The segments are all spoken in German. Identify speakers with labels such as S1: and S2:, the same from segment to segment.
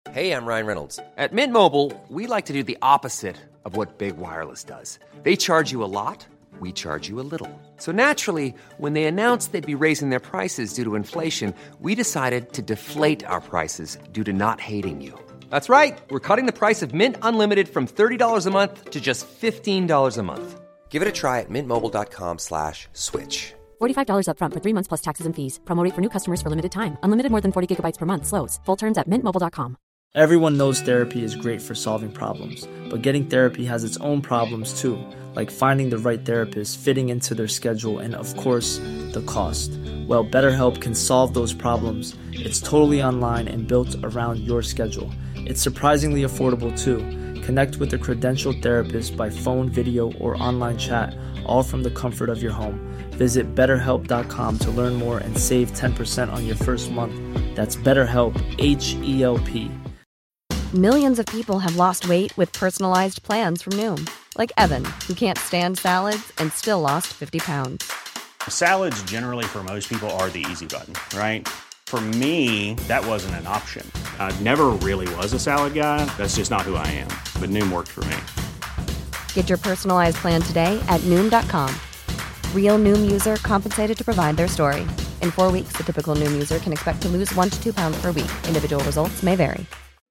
S1: Hey, I'm Ryan Reynolds. At Mint Mobile, we like to do the opposite of what Big Wireless does. They charge you a lot, we charge you a little. So naturally, when they announced they'd be raising their prices due to inflation, we decided to deflate our prices due to not hating you. That's right. We're cutting the price of Mint Unlimited from $30 a month to just $15 a month. Give it a try at mintmobile.com/switch.
S2: $45 up front for 3 months plus taxes and fees. Promo rate for new customers for limited time. Unlimited more than 40 gigabytes per month. Slows full terms at mintmobile.com.
S3: Everyone knows therapy is great for solving problems, but getting therapy has its own problems too, like finding the right therapist, fitting into their schedule, and of course, the cost. Well, BetterHelp can solve those problems. It's totally online and built around your schedule. It's surprisingly affordable too. Connect with a credentialed therapist by phone, video, or online chat, all from the comfort of your home. Visit BetterHelp.com to learn more and save 10% on your first month. That's BetterHelp, H-E-L-P.
S4: Millions of people have lost weight with personalized plans from Noom. Like Evan, who can't stand salads and still lost 50 pounds.
S5: Salads generally for most people are the easy button, right? For me, that wasn't an option. I never really was a salad guy. That's just not who I am. But Noom worked for me.
S4: Get your personalized plan today at Noom.com. Real Noom user compensated to provide their story. In 4 weeks, the typical Noom user can expect to lose 1 to 2 pounds per week. Individual results may vary.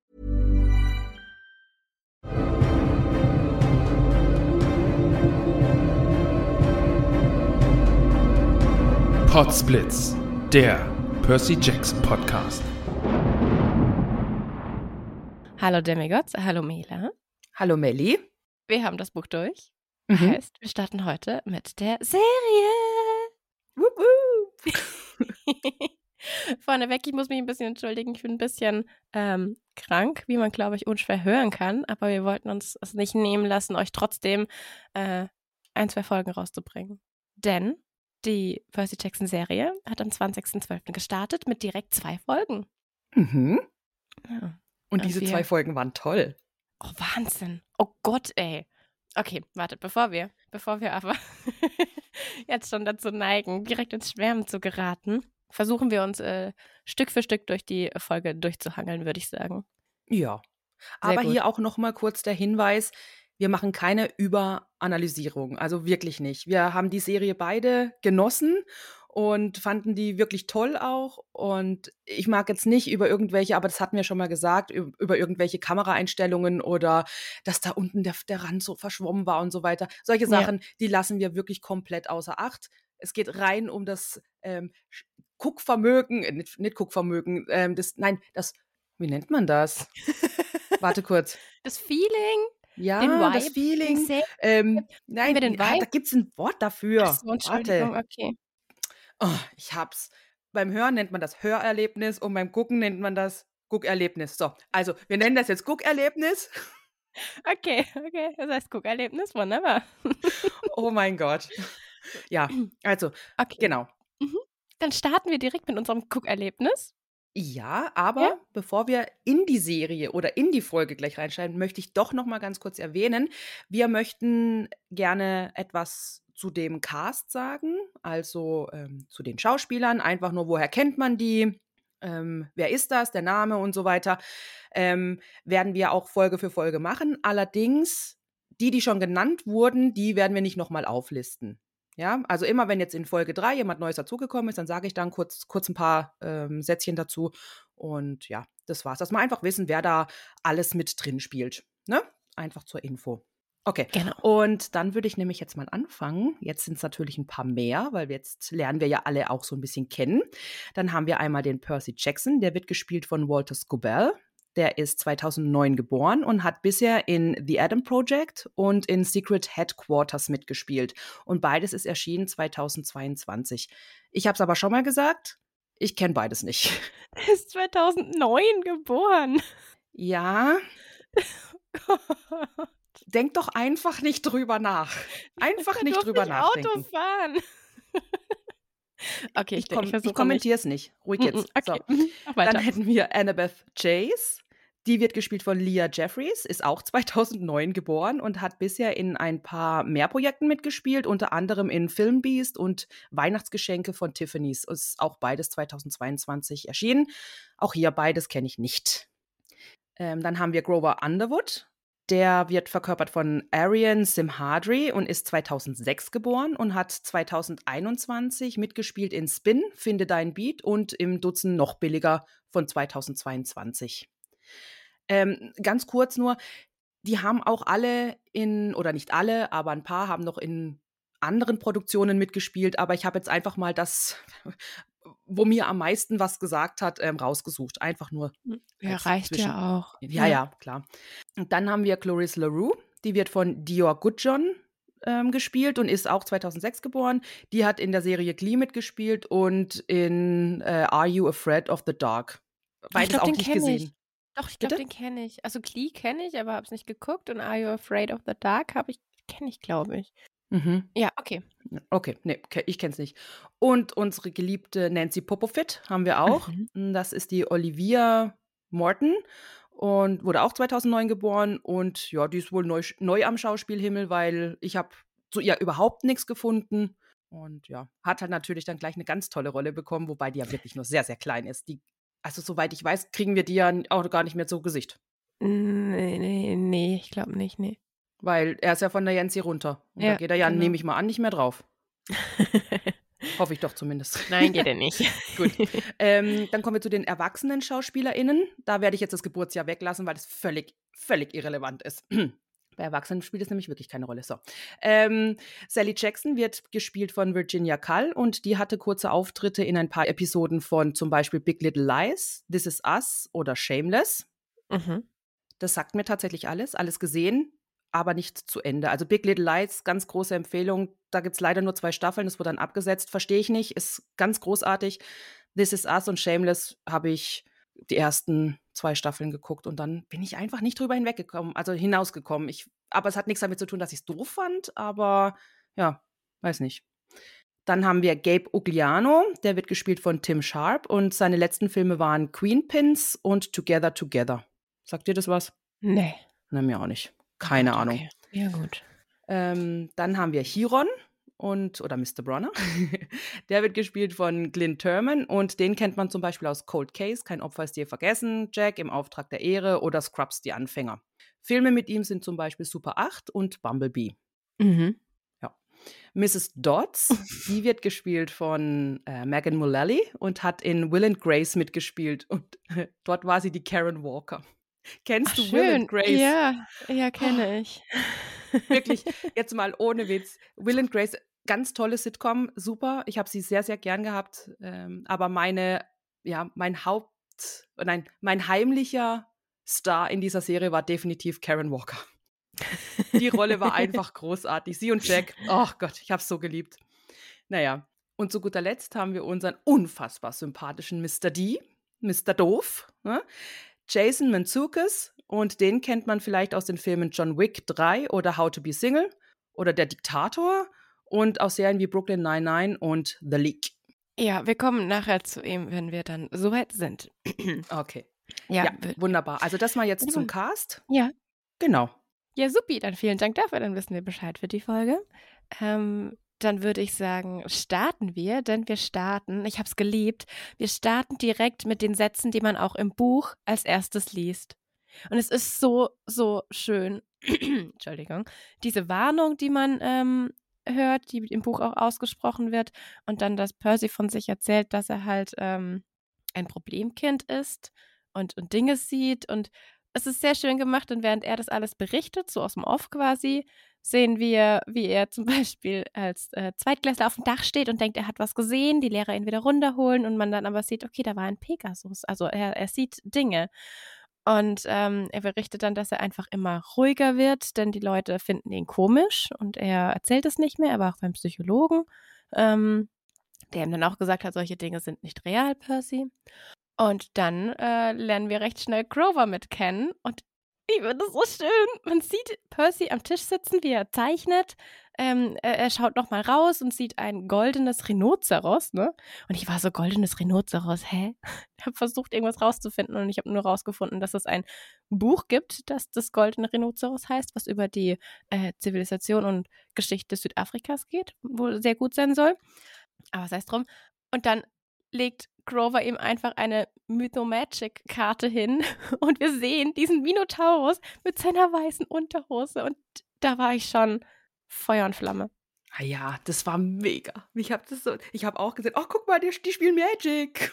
S6: Podsblitz, der Percy Jackson Podcast.
S7: Hallo Demigods, hallo Mela.
S8: Hallo Melli.
S7: Wir haben das Buch durch. Heißt, wir starten heute mit der Serie.
S8: Wup, wup.
S7: Vorneweg, ich muss mich ein bisschen entschuldigen, ich bin ein bisschen krank, wie man, glaube ich, unschwer hören kann, aber wir wollten uns es nicht nehmen lassen, euch trotzdem 1, 2 Folgen rauszubringen. Denn die Percy Jackson Serie hat am 20.12. gestartet mit direkt 2 Folgen.
S8: Mhm.
S7: Ja.
S8: Und diese 2 Folgen waren toll.
S7: Oh, Wahnsinn. Oh Gott, ey. Okay, wartet, bevor wir aber jetzt schon dazu neigen, direkt ins Schwärmen zu geraten, versuchen wir uns Stück für Stück durch die Folge durchzuhangeln, würde ich sagen.
S8: Ja.
S7: Sehr
S8: Aber
S7: gut.
S8: hier auch nochmal kurz der Hinweis, wir machen keine Überanalysierung, also wirklich nicht. Wir haben die Serie beide genossen und fanden die wirklich toll auch. Und ich mag jetzt nicht über irgendwelche, aber das hatten wir schon mal gesagt, über irgendwelche Kameraeinstellungen oder dass da unten der Rand so verschwommen war und so weiter. Solche Sachen, die lassen wir wirklich komplett außer Acht. Es geht rein um das Guckvermögen, nicht Guckvermögen, wie nennt man das? Warte kurz.
S7: Das Feeling,
S8: Ja,
S7: den Vibe,
S8: das Feeling.
S7: Haben wir den
S8: Da
S7: Vibe?
S8: gibt es ein Wort dafür.
S7: Ach so, Entschuldigung,
S8: Warte.
S7: okay.
S8: Oh, ich hab's. Beim Hören nennt man das Hörerlebnis und beim Gucken nennt man das Guckerlebnis. So, also wir nennen das jetzt Guckerlebnis.
S7: Okay, das heißt Guckerlebnis, wunderbar.
S8: Oh mein Gott. Ja, also,
S7: Okay.
S8: genau.
S7: Dann starten wir direkt mit unserem Guckerlebnis.
S8: Ja, aber
S7: Ja?
S8: bevor wir in die Serie oder in die Folge gleich reinschreiben, möchte ich doch noch mal ganz kurz erwähnen, wir möchten gerne etwas zu dem Cast sagen, also zu den Schauspielern, einfach nur, woher kennt man die, wer ist das, der Name und so weiter, werden wir auch Folge für Folge machen. Allerdings, die schon genannt wurden, die werden wir nicht nochmal auflisten. Ja, also immer wenn jetzt in Folge 3 jemand Neues dazugekommen ist, dann sage ich dann kurz ein paar Sätzchen dazu. Und ja, das war's. Dass wir einfach wissen, wer da alles mit drin spielt. Ne? Einfach zur Info. Okay,
S7: Genau.
S8: und dann würde ich nämlich jetzt mal anfangen. Jetzt sind es natürlich ein paar mehr, weil jetzt lernen wir ja alle auch so ein bisschen kennen. Dann haben wir einmal den Percy Jackson, der wird gespielt von Walter Scobell. Der ist 2009 geboren und hat bisher in The Adam Project und in Secret Headquarters mitgespielt. Und beides ist erschienen 2022. Ich habe es aber schon mal gesagt, ich kenne beides nicht.
S7: Er ist 2009 geboren.
S8: Ja,
S7: Gott.
S8: denk doch einfach nicht drüber nach. Einfach nicht drüber nachdenken.
S7: Auto fahren. Okay,
S8: Ich
S7: versuche
S8: kommentiere es nicht. Ruhig jetzt.
S7: Okay,
S8: So.
S7: mach weiter.
S8: Dann hätten wir Annabeth Chase. Die wird gespielt von Leah Jeffries, ist auch 2009 geboren und hat bisher in ein paar mehr Projekten mitgespielt, unter anderem in Film Beast und Weihnachtsgeschenke von Tiffany's. Ist auch beides 2022 erschienen. Auch hier beides kenne ich nicht. Dann haben wir Grover Underwood. Der wird verkörpert von Arian Simhadri und ist 2006 geboren und hat 2021 mitgespielt in Spin, Finde dein Beat und im Dutzend noch billiger von 2022. Ganz kurz nur, die haben auch alle oder nicht alle, aber ein paar haben noch in anderen Produktionen mitgespielt, aber ich habe jetzt einfach mal das, wo mir am meisten was gesagt hat, rausgesucht. Einfach nur.
S7: Ja, reicht ja auch.
S8: Ja, klar. Und dann haben wir Clarisse LaRue, die wird von Dior Goodjohn gespielt und ist auch 2006 geboren. Die hat in der Serie Glee mitgespielt und in Are You Afraid of the Dark? Beides auch nicht gesehen.
S7: Doch, ich glaube, den kenne ich. Also Glee kenne ich, aber habe es nicht geguckt. Und Are You Afraid of the Dark kenne ich, glaube ich.
S8: Mhm.
S7: Ja, okay.
S8: Okay, nee, ich kenne es nicht. Und unsere geliebte Nancy Popofit haben wir auch. Das ist die Olivia Morton und wurde auch 2009 geboren. Und ja, die ist wohl neu am Schauspielhimmel, weil ich habe zu ihr überhaupt nichts gefunden. Und ja, hat halt natürlich dann gleich eine ganz tolle Rolle bekommen, wobei die ja wirklich nur sehr, sehr klein ist. Also soweit ich weiß, kriegen wir die ja auch gar nicht mehr zu Gesicht.
S7: Nee, ich glaube nicht, nee.
S8: Weil er ist ja von der Yancy runter. Und da geht er ja, nehme ich mal an, nicht mehr drauf. Hoffe ich doch zumindest.
S7: Nein, geht er nicht.
S8: Gut. Dann kommen wir zu den erwachsenen SchauspielerInnen. Da werde ich jetzt das Geburtsjahr weglassen, weil das völlig, völlig irrelevant ist. Bei Erwachsenen spielt es nämlich wirklich keine Rolle. So. Sally Jackson wird gespielt von Virginia Cull und die hatte kurze Auftritte in ein paar Episoden von zum Beispiel Big Little Lies, This Is Us oder Shameless. Das sagt mir tatsächlich alles gesehen, aber nicht zu Ende. Also Big Little Lies, ganz große Empfehlung. Da gibt es leider nur 2 Staffeln, das wurde dann abgesetzt. Verstehe ich nicht, ist ganz großartig. This Is Us und Shameless habe ich die ersten 2 Staffeln geguckt und dann bin ich einfach nicht drüber hinausgekommen. Aber es hat nichts damit zu tun, dass ich es doof fand, aber ja, weiß nicht. Dann haben wir Gabe Ugliano, der wird gespielt von Tim Sharp und seine letzten Filme waren Queen Pins und Together Together. Sagt dir das was?
S7: Nee.
S8: Na, mir auch nicht. Keine Ahnung.
S7: Okay. Ja, gut.
S8: Dann haben wir Chiron oder Mr. Bronner. Der wird gespielt von Glyn Turman und den kennt man zum Beispiel aus Cold Case, Kein Opfer ist je vergessen, Jack im Auftrag der Ehre oder Scrubs, die Anfänger. Filme mit ihm sind zum Beispiel Super 8 und Bumblebee. Ja. Mrs. Dodds, die wird gespielt von Megan Mullally und hat in Will and Grace mitgespielt und dort war sie die Karen Walker. Kennst du Will and Grace?
S7: Ja, kenne ich.
S8: Wirklich, jetzt mal ohne Witz. Will and Grace, ganz tolle Sitcom, super. Ich habe sie sehr, sehr gern gehabt. Aber mein heimlicher Star in dieser Serie war definitiv Karen Walker. Die Rolle war einfach großartig. Sie und Jack, oh Gott, ich habe es so geliebt. Naja, und zu guter Letzt haben wir unseren unfassbar sympathischen Mr. D, Mr. Doof, ne? Jason Mantzoukas, und den kennt man vielleicht aus den Filmen John Wick 3 oder How to be Single oder Der Diktator und aus Serien wie Brooklyn Nine-Nine und The League.
S7: Ja, wir kommen nachher zu ihm, wenn wir dann soweit sind.
S8: Okay.
S7: Ja,
S8: wunderbar. Also das mal jetzt zum Cast.
S7: Ja.
S8: Genau.
S7: Ja, supi, dann vielen Dank dafür, dann wissen wir Bescheid für die Folge. Dann würde ich sagen, starten wir, denn ich habe es geliebt, wir starten direkt mit den Sätzen, die man auch im Buch als erstes liest. Und es ist so, so schön, Entschuldigung, diese Warnung, die man hört, die im Buch auch ausgesprochen wird und dann, dass Percy von sich erzählt, dass er halt ein Problemkind ist und Dinge sieht und es ist sehr schön gemacht und während er das alles berichtet, so aus dem Off quasi, sehen wir, wie er zum Beispiel als Zweitklässler auf dem Dach steht und denkt, er hat was gesehen, die Lehrer ihn wieder runterholen und man dann aber sieht, okay, da war ein Pegasus. Also er sieht Dinge. Und er berichtet dann, dass er einfach immer ruhiger wird, denn die Leute finden ihn komisch und er erzählt es nicht mehr. Er war auch beim Psychologen, der ihm dann auch gesagt hat, solche Dinge sind nicht real, Percy. Und dann lernen wir recht schnell Grover mit kennen und ich finde das so schön. Man sieht Percy am Tisch sitzen, wie er zeichnet. Er schaut nochmal raus und sieht ein goldenes Rhinoceros, ne? Und ich war so, goldenes Rhinoceros, hä? Ich habe versucht, irgendwas rauszufinden und ich habe nur rausgefunden, dass es ein Buch gibt, das das goldene Rhinoceros heißt, was über die Zivilisation und Geschichte Südafrikas geht, wohl sehr gut sein soll. Aber sei es drum. Und dann legt Grover ihm einfach eine Mythomagic-Karte hin und wir sehen diesen Minotaurus mit seiner weißen Unterhose und da war ich schon Feuer und Flamme.
S8: Ah ja, das war mega. Ich habe auch gesehen, guck mal, die spielen Magic.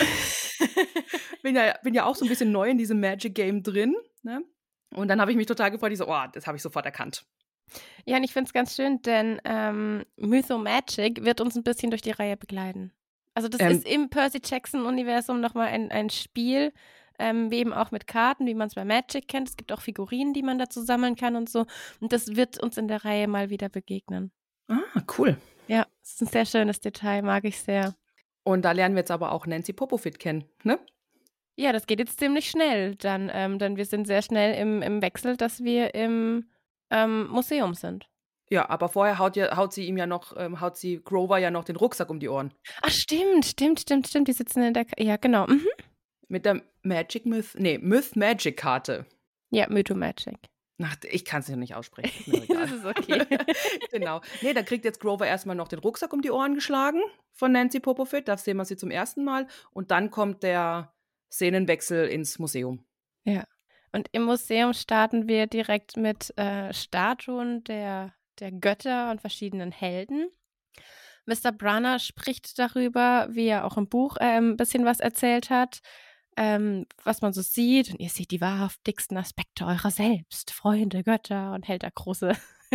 S8: bin ja auch so ein bisschen neu in diesem Magic-Game drin, ne? Und dann habe ich mich total gefreut, das habe ich sofort erkannt.
S7: Ja, und ich finde es ganz schön, denn Mythomagic wird uns ein bisschen durch die Reihe begleiten. Also das ist im Percy Jackson-Universum nochmal ein Spiel, wie eben auch mit Karten, wie man es bei Magic kennt. Es gibt auch Figurinen, die man dazu sammeln kann und so. Und das wird uns in der Reihe mal wieder begegnen.
S8: Ah, cool.
S7: Ja, es ist ein sehr schönes Detail, mag ich sehr.
S8: Und da lernen wir jetzt aber auch Nancy Popofit kennen, ne?
S7: Ja, das geht jetzt ziemlich schnell, denn wir sind sehr schnell im Wechsel, dass wir im Museum sind.
S8: Ja, aber vorher haut sie Grover ja noch den Rucksack um die Ohren.
S7: Ach, stimmt. Die sitzen in der ja, genau. Mhm.
S8: Mit der Myth-Magic-Karte.
S7: Ja, Mythomagic.
S8: Ach, ich kann es ja nicht aussprechen. Ist mir egal.
S7: Das ist okay.
S8: Genau. Nee, da kriegt jetzt Grover erstmal noch den Rucksack um die Ohren geschlagen von Nancy Popofit. Da sehen wir sie zum ersten Mal. Und dann kommt der Szenenwechsel ins Museum.
S7: Ja. Und im Museum starten wir direkt mit Statuen der Götter und verschiedenen Helden. Mr. Brunner spricht darüber, wie er auch im Buch ein bisschen was erzählt hat, was man so sieht. Und ihr seht die wahrhaftigsten Aspekte eurer selbst, Freunde, Götter, und hält da große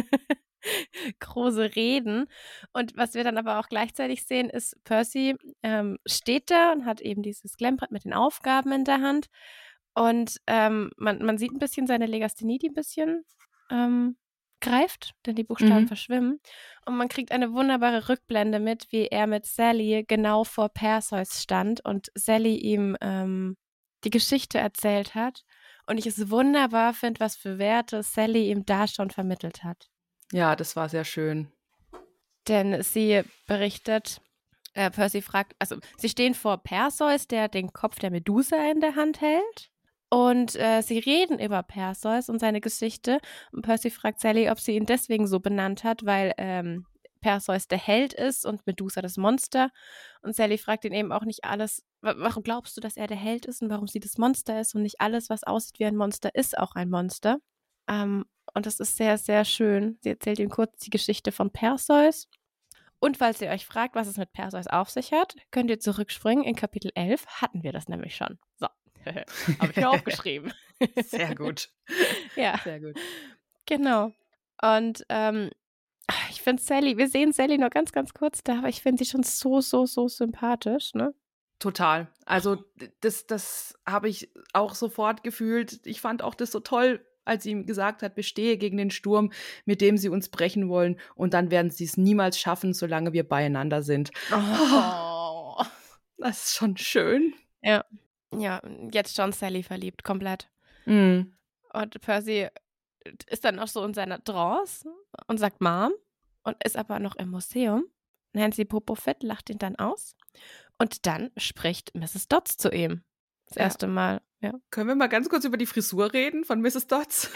S7: Reden. Und was wir dann aber auch gleichzeitig sehen, ist, Percy steht da und hat eben dieses Klemmbrett mit den Aufgaben in der Hand. Und man sieht ein bisschen seine Legasthenie, die ein bisschen greift, denn die Buchstaben verschwimmen. Und man kriegt eine wunderbare Rückblende mit, wie er mit Sally genau vor Perseus stand und Sally ihm die Geschichte erzählt hat. Und ich es wunderbar finde, was für Werte Sally ihm da schon vermittelt hat.
S8: Ja, das war sehr schön.
S7: Denn sie berichtet, Percy fragt, also sie stehen vor Perseus, der den Kopf der Medusa in der Hand hält. Und sie reden über Perseus und seine Geschichte. Und Percy fragt Sally, ob sie ihn deswegen so benannt hat, weil Perseus der Held ist und Medusa das Monster. Und Sally fragt ihn eben auch nicht alles, warum glaubst du, dass er der Held ist und warum sie das Monster ist und nicht alles, was aussieht wie ein Monster, ist auch ein Monster. Und das ist sehr, sehr schön. Sie erzählt ihm kurz die Geschichte von Perseus. Und falls ihr euch fragt, was es mit Perseus auf sich hat, könnt ihr zurückspringen. In Kapitel 11 hatten wir das nämlich schon. So. Habe ich mir aufgeschrieben.
S8: Sehr gut.
S7: Ja.
S8: Sehr gut.
S7: Genau. Und ich finde wir sehen Sally nur ganz, ganz kurz da, aber ich finde sie schon so, so, so sympathisch, ne?
S8: Total. Also das habe ich auch sofort gefühlt. Ich fand auch das so toll, als sie ihm gesagt hat, bestehe gegen den Sturm, mit dem sie uns brechen wollen. Und dann werden sie es niemals schaffen, solange wir beieinander sind.
S7: Oh.
S8: Das ist schon schön.
S7: Ja. Ja, jetzt schon Sally verliebt, komplett.
S8: Mhm.
S7: Und Percy ist dann auch so in seiner Trance und sagt Mom und ist aber noch im Museum. Nancy Popofit lacht ihn dann aus. Und dann spricht Mrs. Dodds zu ihm. Das erste Mal, ja.
S8: Können wir mal ganz kurz über die Frisur reden von Mrs. Dodds?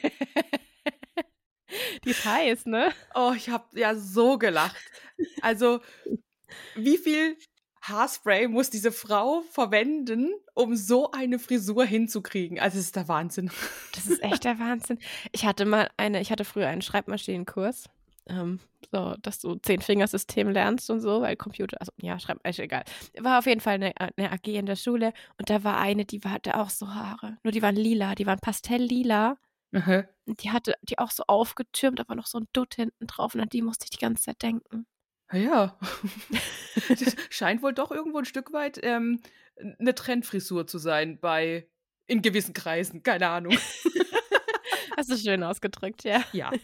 S7: Die ist heiß, ne?
S8: Oh, ich habe ja so gelacht. Also, wie viel Haarspray muss diese Frau verwenden, um so eine Frisur hinzukriegen? Also, das ist der Wahnsinn.
S7: Das ist echt der Wahnsinn. Ich hatte früher einen Schreibmaschinenkurs, so, dass du 10-Fingersystem lernst und so, weil Computer, also ja, egal. War auf jeden Fall eine AG in der Schule und da war eine, die hatte auch so Haare, nur die waren lila, die waren pastelllila.
S8: Mhm.
S7: Und die hatte die auch so aufgetürmt, aber noch so ein Dutt hinten drauf und an die musste ich die ganze Zeit denken.
S8: Ja, das scheint wohl doch irgendwo ein Stück weit eine Trendfrisur zu sein in gewissen Kreisen, keine Ahnung.
S7: Hast du schön ausgedrückt, ja.
S8: Ja.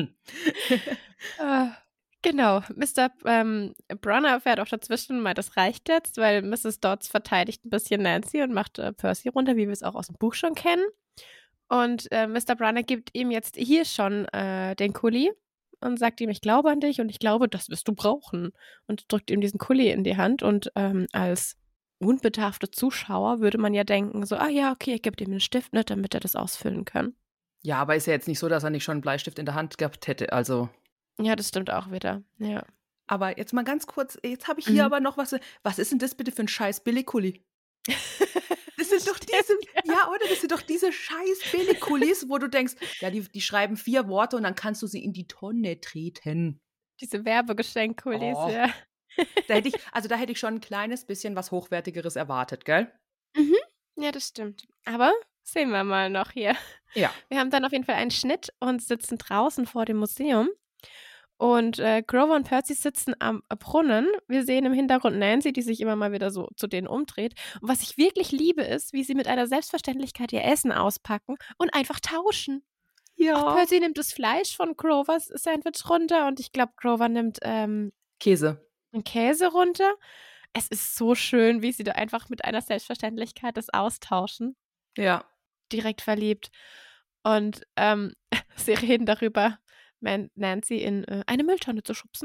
S7: Genau, Mr. Brunner fährt auch dazwischen, mal das reicht jetzt, weil Mrs. Dodds verteidigt ein bisschen Nancy und macht Percy runter, wie wir es auch aus dem Buch schon kennen. Und Mr. Brunner gibt ihm jetzt hier schon den Kuli und sagt ihm, ich glaube an dich und ich glaube, das wirst du brauchen. Und drückt ihm diesen Kuli in die Hand und als unbedarfte Zuschauer würde man ja denken, so, ja, okay, ich gebe ihm einen Stift, ne, damit er das ausfüllen kann.
S8: Ja, aber ist ja jetzt nicht so, dass er nicht schon einen Bleistift in der Hand gehabt hätte, also.
S7: Ja, das stimmt auch wieder, ja.
S8: Aber jetzt mal ganz kurz, jetzt habe ich hier aber noch was. Was ist denn das bitte für ein scheiß Billigkuli? Das sind doch diese, das sind doch diese scheiß Billigkulis, wo du denkst, ja, die schreiben 4 Worte und dann kannst du sie in die Tonne treten.
S7: Diese Werbegeschenkkulis,
S8: Oh.
S7: ja.
S8: Da hätte ich schon ein kleines bisschen was Hochwertigeres erwartet, gell?
S7: Mhm. Ja, das stimmt. Aber sehen wir mal noch hier.
S8: Ja.
S7: Wir haben dann auf jeden Fall einen Schnitt und sitzen draußen vor dem Museum. Und Grover und Percy sitzen am Brunnen. Wir sehen im Hintergrund Nancy, die sich immer mal wieder so zu denen umdreht. Und was ich wirklich liebe, ist, wie sie mit einer Selbstverständlichkeit ihr Essen auspacken und einfach tauschen. Auch Percy nimmt das Fleisch von Grovers Sandwich runter und ich glaube, Grover nimmt
S8: Käse.
S7: einen Käse runter. Es ist so schön, wie sie da einfach mit einer Selbstverständlichkeit das austauschen.
S8: Ja.
S7: Direkt verliebt. Und sie reden darüber, Nancy in eine Mülltonne zu schubsen.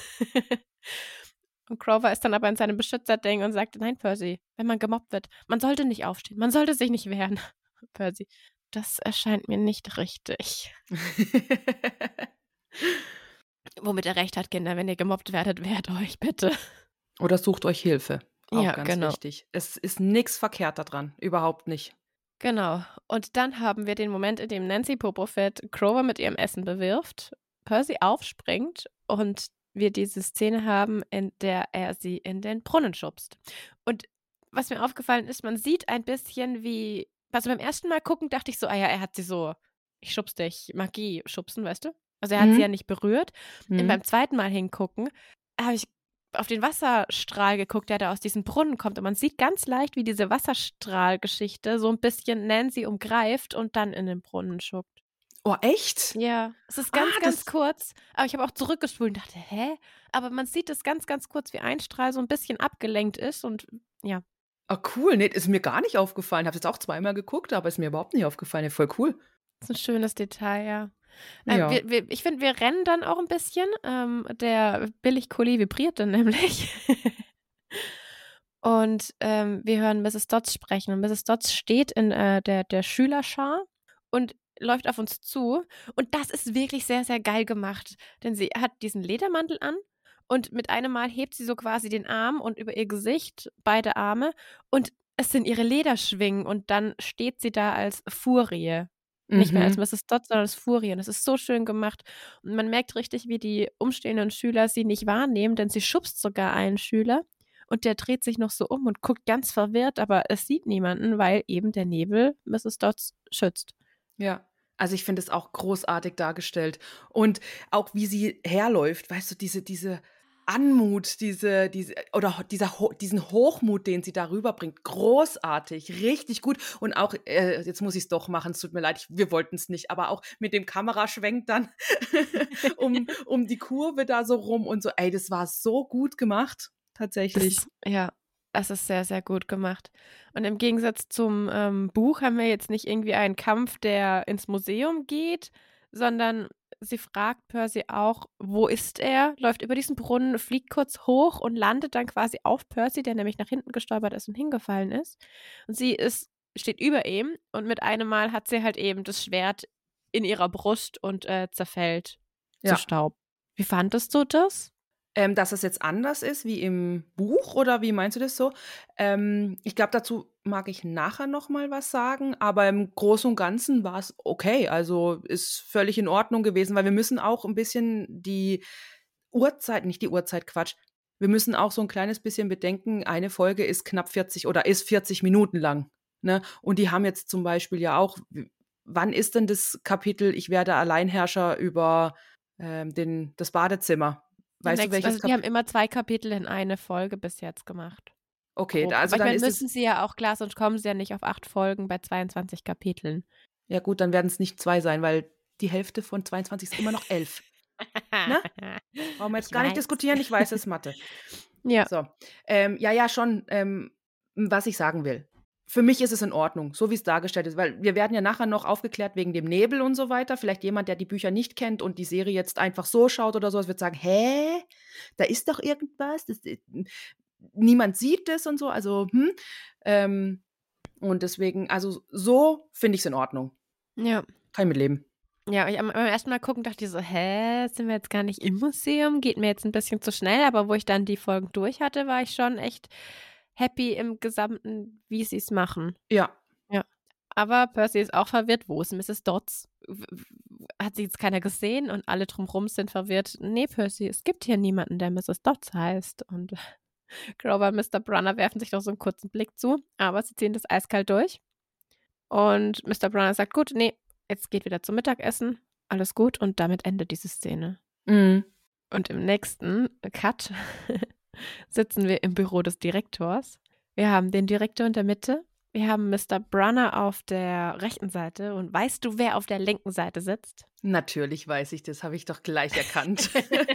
S7: Und Grover ist dann aber in seinem Beschützerding und sagt, nein, Percy, wenn man gemobbt wird, man sollte nicht aufstehen, man sollte sich nicht wehren. Percy, das erscheint mir nicht richtig. Womit er recht hat, Kinder, wenn ihr gemobbt werdet, wehrt euch bitte.
S8: Oder sucht euch Hilfe. Auch
S7: Ja,
S8: ganz
S7: genau.
S8: wichtig. Es ist nichts verkehrt daran. Überhaupt nicht.
S7: Genau. Und dann haben wir den Moment, in dem Nancy Popofett Grover mit ihrem Essen bewirft, Percy aufspringt und wir diese Szene haben, in der er sie in den Brunnen schubst. Und was mir aufgefallen ist, man sieht ein bisschen wie, also beim ersten Mal gucken dachte ich so, er hat sie so, ich schubs dich, Magie schubsen, weißt du? Also er hat sie ja nicht berührt. Und beim zweiten Mal hingucken, habe ich auf den Wasserstrahl geguckt, der da aus diesem Brunnen kommt. Und man sieht ganz leicht, wie diese Wasserstrahlgeschichte so ein bisschen Nancy umgreift und dann in den Brunnen schuckt.
S8: Oh, echt?
S7: Ja, es ist ganz kurz. Aber ich habe auch zurückgespult und dachte, hä? Aber man sieht es ganz kurz, wie ein Strahl so ein bisschen abgelenkt ist und ja.
S8: Oh, cool. Nee, ist mir gar nicht aufgefallen. Ich habe es jetzt auch zweimal geguckt, aber ist mir überhaupt nicht aufgefallen. Voll cool.
S7: Das ist ein schönes Detail, ja.
S8: Ja.
S7: Ich finde, wir rennen dann auch ein bisschen. Der Billigkuli vibriert dann nämlich. Und wir hören Mrs. Dodds sprechen. Und Mrs. Dodds steht in der Schülerschar und läuft auf uns zu. Und das ist wirklich sehr, sehr geil gemacht. Denn sie hat diesen Ledermantel an und mit einem Mal hebt sie so quasi den Arm und über ihr Gesicht beide Arme. Und es sind ihre Lederschwingen. Und dann steht sie da als Furie. Nicht mehr als Mrs. Dodd, sondern als Furie. Und das ist so schön gemacht. Und man merkt richtig, wie die umstehenden Schüler sie nicht wahrnehmen, denn sie schubst sogar einen Schüler. Und der dreht sich noch so um und guckt ganz verwirrt, aber es sieht niemanden, weil eben der Nebel Mrs. Dodds schützt.
S8: Ja, also ich finde es auch großartig dargestellt. Und auch wie sie herläuft, weißt du, diese Anmut, diesen Hochmut, den sie darüber bringt, großartig, richtig gut. Und auch, jetzt muss ich es doch machen, es tut mir leid, wir wollten es nicht, aber auch mit dem Kameraschwenk dann um die Kurve da so rum und so, ey, das war so gut gemacht, tatsächlich.
S7: Es ist sehr, sehr gut gemacht. Und im Gegensatz zum Buch haben wir jetzt nicht irgendwie einen Kampf, der ins Museum geht, sondern sie fragt Percy auch, wo ist er? Läuft über diesen Brunnen, fliegt kurz hoch und landet dann quasi auf Percy, der nämlich nach hinten gestolpert ist und hingefallen ist. Und sie steht über ihm und mit einem Mal hat sie halt eben das Schwert in ihrer Brust und zerfällt zu Staub. Wie fandest du das?
S8: Dass es jetzt anders ist wie im Buch oder wie meinst du das so? Ich glaube, dazu mag ich nachher noch mal was sagen, aber im Großen und Ganzen war es okay. Also ist völlig in Ordnung gewesen, weil wir müssen auch ein bisschen die Uhrzeit, nicht die Uhrzeit, Quatsch. Wir müssen auch so ein kleines bisschen bedenken, eine Folge ist knapp 40 oder ist 40 Minuten lang. Ne? Und die haben jetzt zum Beispiel ja auch, wann ist denn das Kapitel, ich werde Alleinherrscher über das Badezimmer? Weißt du, welches
S7: Die haben immer 2 Kapitel in eine Folge bis jetzt gemacht.
S8: Okay,
S7: Grob.
S8: also
S7: aber
S8: dann
S7: müssen sie ja auch, klar, sonst kommen sie ja nicht auf 8 Folgen bei 22 Kapiteln.
S8: Ja gut, dann werden es nicht 2 sein, weil die Hälfte von 22 ist immer noch 11. Ne? Brauchen wir jetzt gar nicht diskutieren, ich weiß, es ist Mathe.
S7: Ja.
S8: So. Schon, was ich sagen will. Für mich ist es in Ordnung, so wie es dargestellt ist, weil wir werden ja nachher noch aufgeklärt wegen dem Nebel und so weiter. Vielleicht jemand, der die Bücher nicht kennt und die Serie jetzt einfach so schaut oder so, wird sagen, hä? Da ist doch irgendwas, niemand sieht das und so, also, und deswegen, also so finde ich es in Ordnung.
S7: Ja.
S8: Kann ich mit leben.
S7: Ja, beim ersten Mal gucken dachte ich so, sind wir jetzt gar nicht im Museum? Geht mir jetzt ein bisschen zu schnell. Aber wo ich dann die Folgen durch hatte, war ich schon echt happy im Gesamten, wie sie es machen.
S8: Ja.
S7: Ja. Aber Percy ist auch verwirrt. Wo ist Mrs. Dodds? Hat sie jetzt keiner gesehen? Und alle drumherum sind verwirrt. Nee, Percy, es gibt hier niemanden, der Mrs. Dodds heißt. Und Grover und Mr. Brunner werfen sich noch so einen kurzen Blick zu. Aber sie ziehen das eiskalt durch. Und Mr. Brunner sagt, gut, nee, jetzt geht wieder zum Mittagessen. Alles gut. Und damit endet diese Szene.
S8: Mhm.
S7: Und im nächsten Cut sitzen wir im Büro des Direktors. Wir haben den Direktor in der Mitte. Wir haben Mr. Brunner auf der rechten Seite. Und weißt du, wer auf der linken Seite sitzt?
S8: Natürlich weiß ich, das habe ich doch gleich erkannt.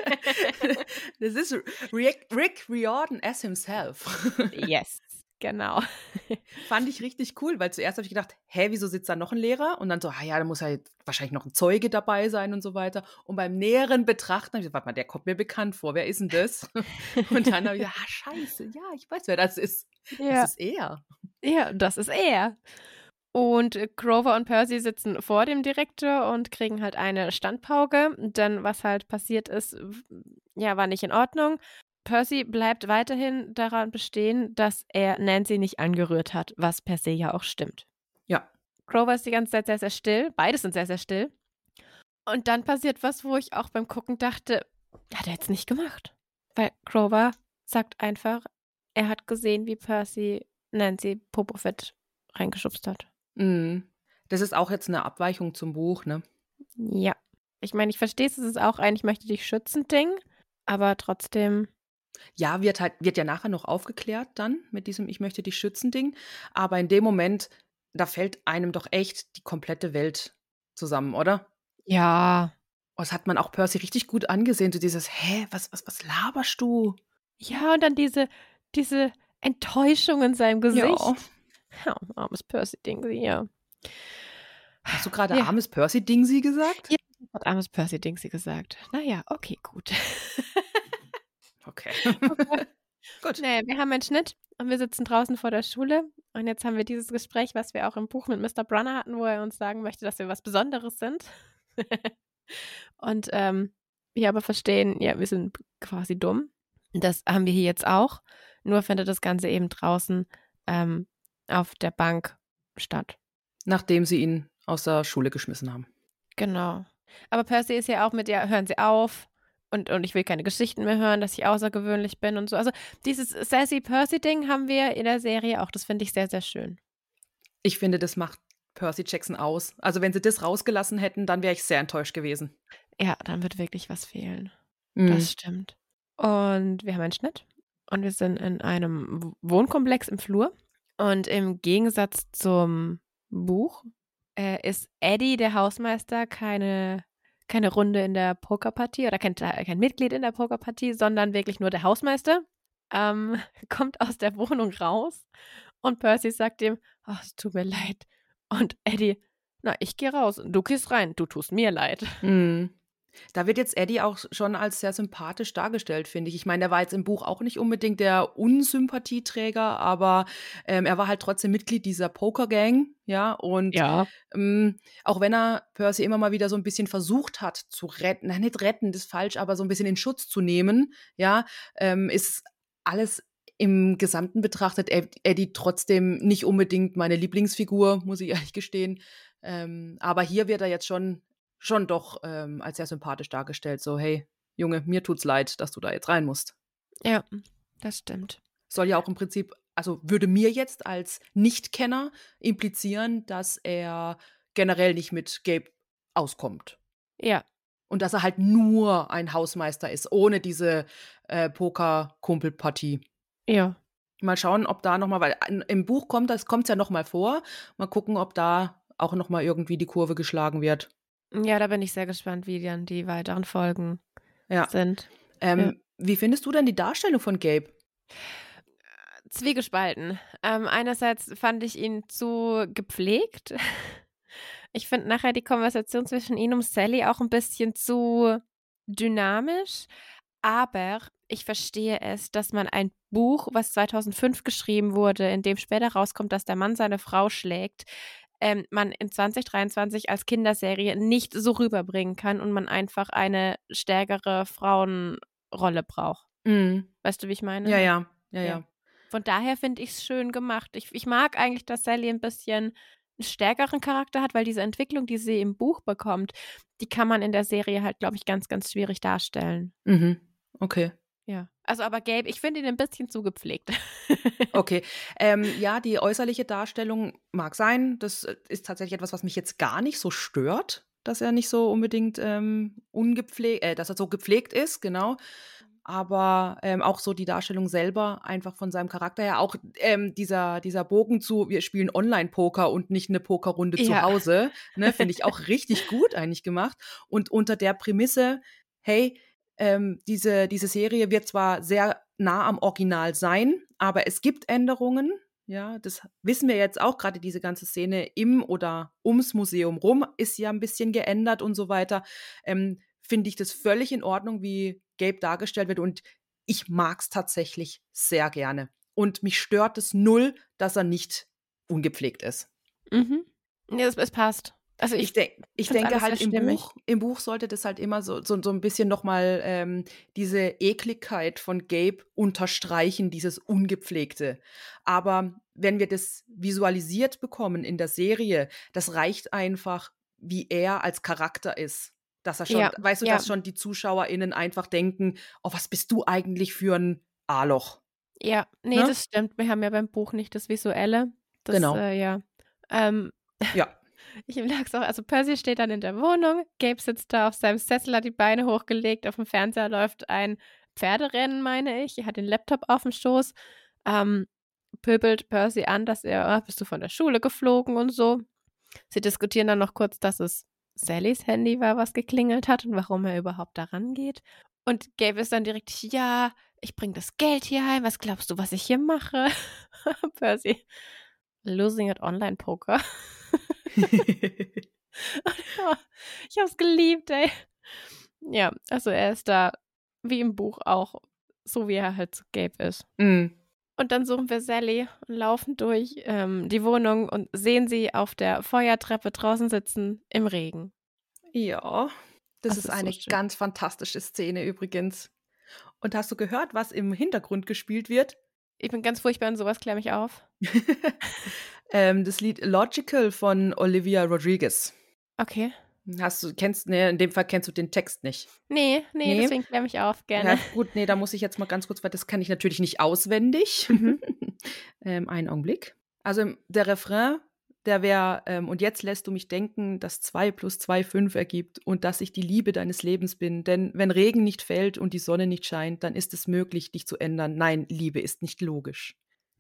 S8: Das ist Rick Riordan as himself.
S7: Yes, genau.
S8: Fand ich richtig cool, weil zuerst habe ich gedacht, wieso sitzt da noch ein Lehrer? Und dann so, da muss ja wahrscheinlich noch ein Zeuge dabei sein und so weiter. Und beim näheren Betrachten habe ich gesagt, warte mal, der kommt mir bekannt vor, wer ist denn das? Und dann habe ich gesagt, scheiße, ja, ich weiß, wer das ist.
S7: Ja.
S8: Das ist er.
S7: Ja, das ist er. Und Grover und Percy sitzen vor dem Direktor und kriegen halt eine Standpauke. Denn was halt passiert ist, war nicht in Ordnung. Percy bleibt weiterhin daran bestehen, dass er Nancy nicht angerührt hat, was per se ja auch stimmt.
S8: Ja.
S7: Grover ist die ganze Zeit sehr, sehr still. Beide sind sehr, sehr still. Und dann passiert was, wo ich auch beim Gucken dachte, hat er jetzt nicht gemacht. Weil Grover sagt einfach, er hat gesehen, wie Percy Nancy Popofett reingeschubst hat.
S8: Mhm. Das ist auch jetzt eine Abweichung zum Buch, ne?
S7: Ja. Ich meine, ich verstehe es, ist auch ein Ich möchte dich schützen Ding, aber trotzdem.
S8: Ja, wird ja nachher noch aufgeklärt dann mit diesem Ich möchte dich schützen Ding. Aber in dem Moment, da fällt einem doch echt die komplette Welt zusammen, oder?
S7: Ja.
S8: Das hat man auch Percy richtig gut angesehen. So dieses, was laberst du?
S7: Ja, und dann diese Enttäuschung in seinem Gesicht. Ja, armes Percy-Ding, ja.
S8: Hast du gerade armes Percy-Dingsi gesagt?
S7: Ja, hat armes Percy-Dingsi gesagt. Naja, okay, gut.
S8: Okay.
S7: Gut. Naja, wir haben einen Schnitt und wir sitzen draußen vor der Schule. Und jetzt haben wir dieses Gespräch, was wir auch im Buch mit Mr. Brunner hatten, wo er uns sagen möchte, dass wir was Besonderes sind. Und wir aber verstehen, ja, wir sind quasi dumm. Das haben wir hier jetzt auch. Nur findet das Ganze eben draußen auf der Bank statt.
S8: Nachdem sie ihn aus der Schule geschmissen haben.
S7: Genau. Aber Percy ist ja auch mit, hören Sie auf. Und ich will keine Geschichten mehr hören, dass ich außergewöhnlich bin und so. Also dieses Sassy-Percy-Ding haben wir in der Serie auch. Das finde ich sehr, sehr schön.
S8: Ich finde, das macht Percy Jackson aus. Also wenn sie das rausgelassen hätten, dann wäre ich sehr enttäuscht gewesen.
S7: Ja, dann wird wirklich was fehlen. Das stimmt. Und wir haben einen Schnitt. Und wir sind in einem Wohnkomplex im Flur. Und im Gegensatz zum Buch ist Eddie, der Hausmeister, keine Runde in der Pokerpartie oder kein Mitglied in der Pokerpartie, sondern wirklich nur der Hausmeister. Kommt aus der Wohnung raus und Percy sagt ihm, es tut mir leid. Und Eddie, ich gehe raus. Du gehst rein. Du tust mir leid.
S8: Da wird jetzt Eddie auch schon als sehr sympathisch dargestellt, finde ich. Ich meine, er war jetzt im Buch auch nicht unbedingt der Unsympathieträger, aber er war halt trotzdem Mitglied dieser Poker-Gang, ja. Und auch wenn er Percy immer mal wieder so ein bisschen versucht hat zu retten, nicht retten, das ist falsch, aber so ein bisschen in Schutz zu nehmen, ja, ist alles im Gesamten betrachtet Eddie trotzdem nicht unbedingt meine Lieblingsfigur, muss ich ehrlich gestehen. Aber hier wird er jetzt schon doch als sehr sympathisch dargestellt. So, hey, Junge, mir tut's leid, dass du da jetzt rein musst.
S7: Ja, das stimmt.
S8: Soll ja auch im Prinzip, also würde mir jetzt als Nichtkenner implizieren, dass er generell nicht mit Gabe auskommt.
S7: Ja.
S8: Und dass er halt nur ein Hausmeister ist, ohne diese Poker-Kumpelpartie.
S7: Ja.
S8: Mal schauen, ob da nochmal, weil im Buch kommt es ja nochmal vor. Mal gucken, ob da auch nochmal irgendwie die Kurve geschlagen wird.
S7: Ja, da bin ich sehr gespannt, wie dann die weiteren Folgen sind.
S8: Wie findest du denn die Darstellung von Gabe?
S7: Zwiegespalten. Einerseits fand ich ihn zu gepflegt. Ich finde nachher die Konversation zwischen ihm und Sally auch ein bisschen zu dynamisch. Aber ich verstehe es, dass man ein Buch, was 2005 geschrieben wurde, in dem später rauskommt, dass der Mann seine Frau schlägt, man in 2023 als Kinderserie nicht so rüberbringen kann und man einfach eine stärkere Frauenrolle braucht. Weißt du, wie ich meine?
S8: Ja.
S7: Von daher finde ich es schön gemacht. Ich mag eigentlich, dass Sally ein bisschen einen stärkeren Charakter hat, weil diese Entwicklung, die sie im Buch bekommt, die kann man in der Serie halt, glaube ich, ganz, ganz schwierig darstellen.
S8: Okay.
S7: Ja. Also aber Gabe, ich finde ihn ein bisschen zu gepflegt.
S8: Okay. Ja, die äußerliche Darstellung mag sein. Das ist tatsächlich etwas, was mich jetzt gar nicht so stört, dass er nicht so unbedingt dass er so gepflegt ist, genau. Aber auch so die Darstellung selber, einfach von seinem Charakter her. Auch dieser Bogen zu, wir spielen Online-Poker und nicht eine Pokerrunde zu
S7: Ja.
S8: Hause, ne, finde ich auch richtig gut eigentlich gemacht. Und unter der Prämisse, hey, diese Serie wird zwar sehr nah am Original sein, aber es gibt Änderungen. Ja, das wissen wir jetzt auch, gerade diese ganze Szene im oder ums Museum rum ist ja ein bisschen geändert und so weiter. Finde ich das völlig in Ordnung, wie Gabe dargestellt wird. Und ich mag es tatsächlich sehr gerne. Und mich stört es null, dass er nicht ungepflegt ist.
S7: Nee, es passt. Also
S8: Ich
S7: find's
S8: denke
S7: alles
S8: halt
S7: sehr stimmig.
S8: im Buch sollte das halt immer so ein bisschen nochmal diese Ekligkeit von Gabe unterstreichen, dieses Ungepflegte. Aber wenn wir das visualisiert bekommen in der Serie, das reicht einfach, wie er als Charakter ist. Dass er schon,
S7: Ja,
S8: weißt du,
S7: ja.
S8: dass schon die ZuschauerInnen einfach denken, oh, was bist du eigentlich für ein A-Loch?
S7: Ja, nee,
S8: Ne?
S7: das stimmt. Wir haben ja beim Buch nicht das Visuelle. Das,
S8: Genau.
S7: Ja.
S8: Ja.
S7: Ich sag's auch, also Percy steht dann in der Wohnung, Gabe sitzt da auf seinem Sessel, hat die Beine hochgelegt, auf dem Fernseher läuft ein Pferderennen, meine ich. Er hat den Laptop auf dem Schoß, pöbelt Percy an, dass bist du von der Schule geflogen und so. Sie diskutieren dann noch kurz, dass es Sallys Handy war, was geklingelt hat und warum er überhaupt da rangeht. Und Gabe ist dann direkt, ja, ich bring das Geld hier heim, was glaubst du, was ich hier mache? Percy, losing at Online-Poker. Ich hab's geliebt, ey. Ja, also er ist da, wie im Buch auch, so wie er halt zu Gabe ist. Und dann suchen wir Sally und laufen durch die Wohnung und sehen sie auf der Feuertreppe draußen sitzen im Regen.
S8: Ja, das ist
S7: so
S8: eine
S7: schön.
S8: ganz fantastische Szene übrigens. Und hast du gehört, was im Hintergrund gespielt wird?
S7: Ich bin ganz furchtbar in sowas, klär mich auf.
S8: Das Lied Logical von Olivia Rodriguez.
S7: Okay.
S8: In dem Fall kennst du den Text nicht.
S7: Nee, deswegen klär mich auf, gerne.
S8: Ja, gut, nee, da muss ich jetzt mal ganz kurz, weil das kann ich natürlich nicht auswendig. Einen Augenblick. Also der Refrain, der wäre, und jetzt lässt du mich denken, dass 2 + 2 5 ergibt und dass ich die Liebe deines Lebens bin. Denn wenn Regen nicht fällt und die Sonne nicht scheint, dann ist es möglich, dich zu ändern. Nein, Liebe ist nicht logisch.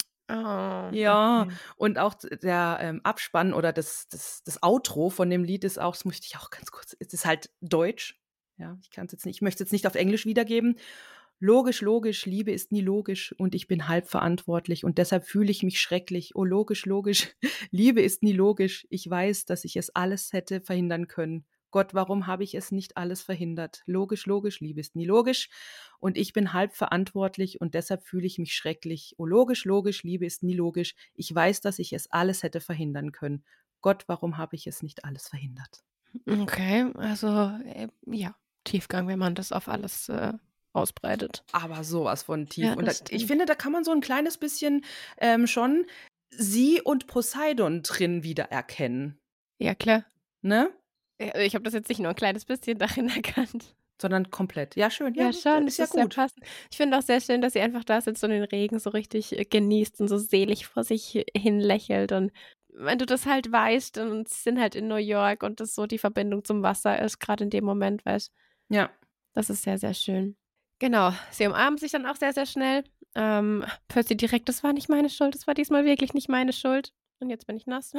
S7: Oh,
S8: Ja,
S7: okay.
S8: und auch der Abspann oder das Outro von dem Lied ist auch, das möchte ich auch ganz kurz, es ist halt deutsch. Ja, ich möchte es jetzt nicht auf Englisch wiedergeben. Logisch, logisch, Liebe ist nie logisch und ich bin halb verantwortlich und deshalb fühle ich mich schrecklich. Oh, logisch, logisch, Liebe ist nie logisch. Ich weiß, dass ich es alles hätte verhindern können. Gott, warum habe ich es nicht alles verhindert? Logisch, logisch, Liebe ist nie logisch und ich bin halb verantwortlich und deshalb fühle ich mich schrecklich. Oh, logisch, logisch, Liebe ist nie logisch. Ich weiß, dass ich es alles hätte verhindern können. Gott, warum habe ich es nicht alles verhindert?
S7: Okay, also ja, Tiefgang, wenn man das auf alles ausbreitet.
S8: Aber sowas von tief.
S7: Ja,
S8: und
S7: das
S8: ich
S7: stimmt.
S8: finde, da kann man so ein kleines bisschen schon sie und Poseidon drin wiedererkennen.
S7: Ja, klar.
S8: Ne?
S7: Ich habe das jetzt nicht nur ein kleines bisschen darin erkannt.
S8: Sondern komplett. Ja, schön. Ja,
S7: Ja, schon,
S8: ist ja
S7: das ist sehr
S8: gut.
S7: passend. Ich finde auch sehr schön, dass sie einfach da sitzt und den Regen so richtig genießt und so selig vor sich hin lächelt. Und wenn du das halt weißt und sie sind halt in New York und das so die Verbindung zum Wasser ist, gerade in dem Moment, weißt
S8: Ja.
S7: das ist sehr, sehr schön. Genau, sie umarmen sich dann auch sehr, sehr schnell. Percy direkt, das war nicht meine Schuld, das war diesmal wirklich nicht meine Schuld. Und jetzt bin ich nass.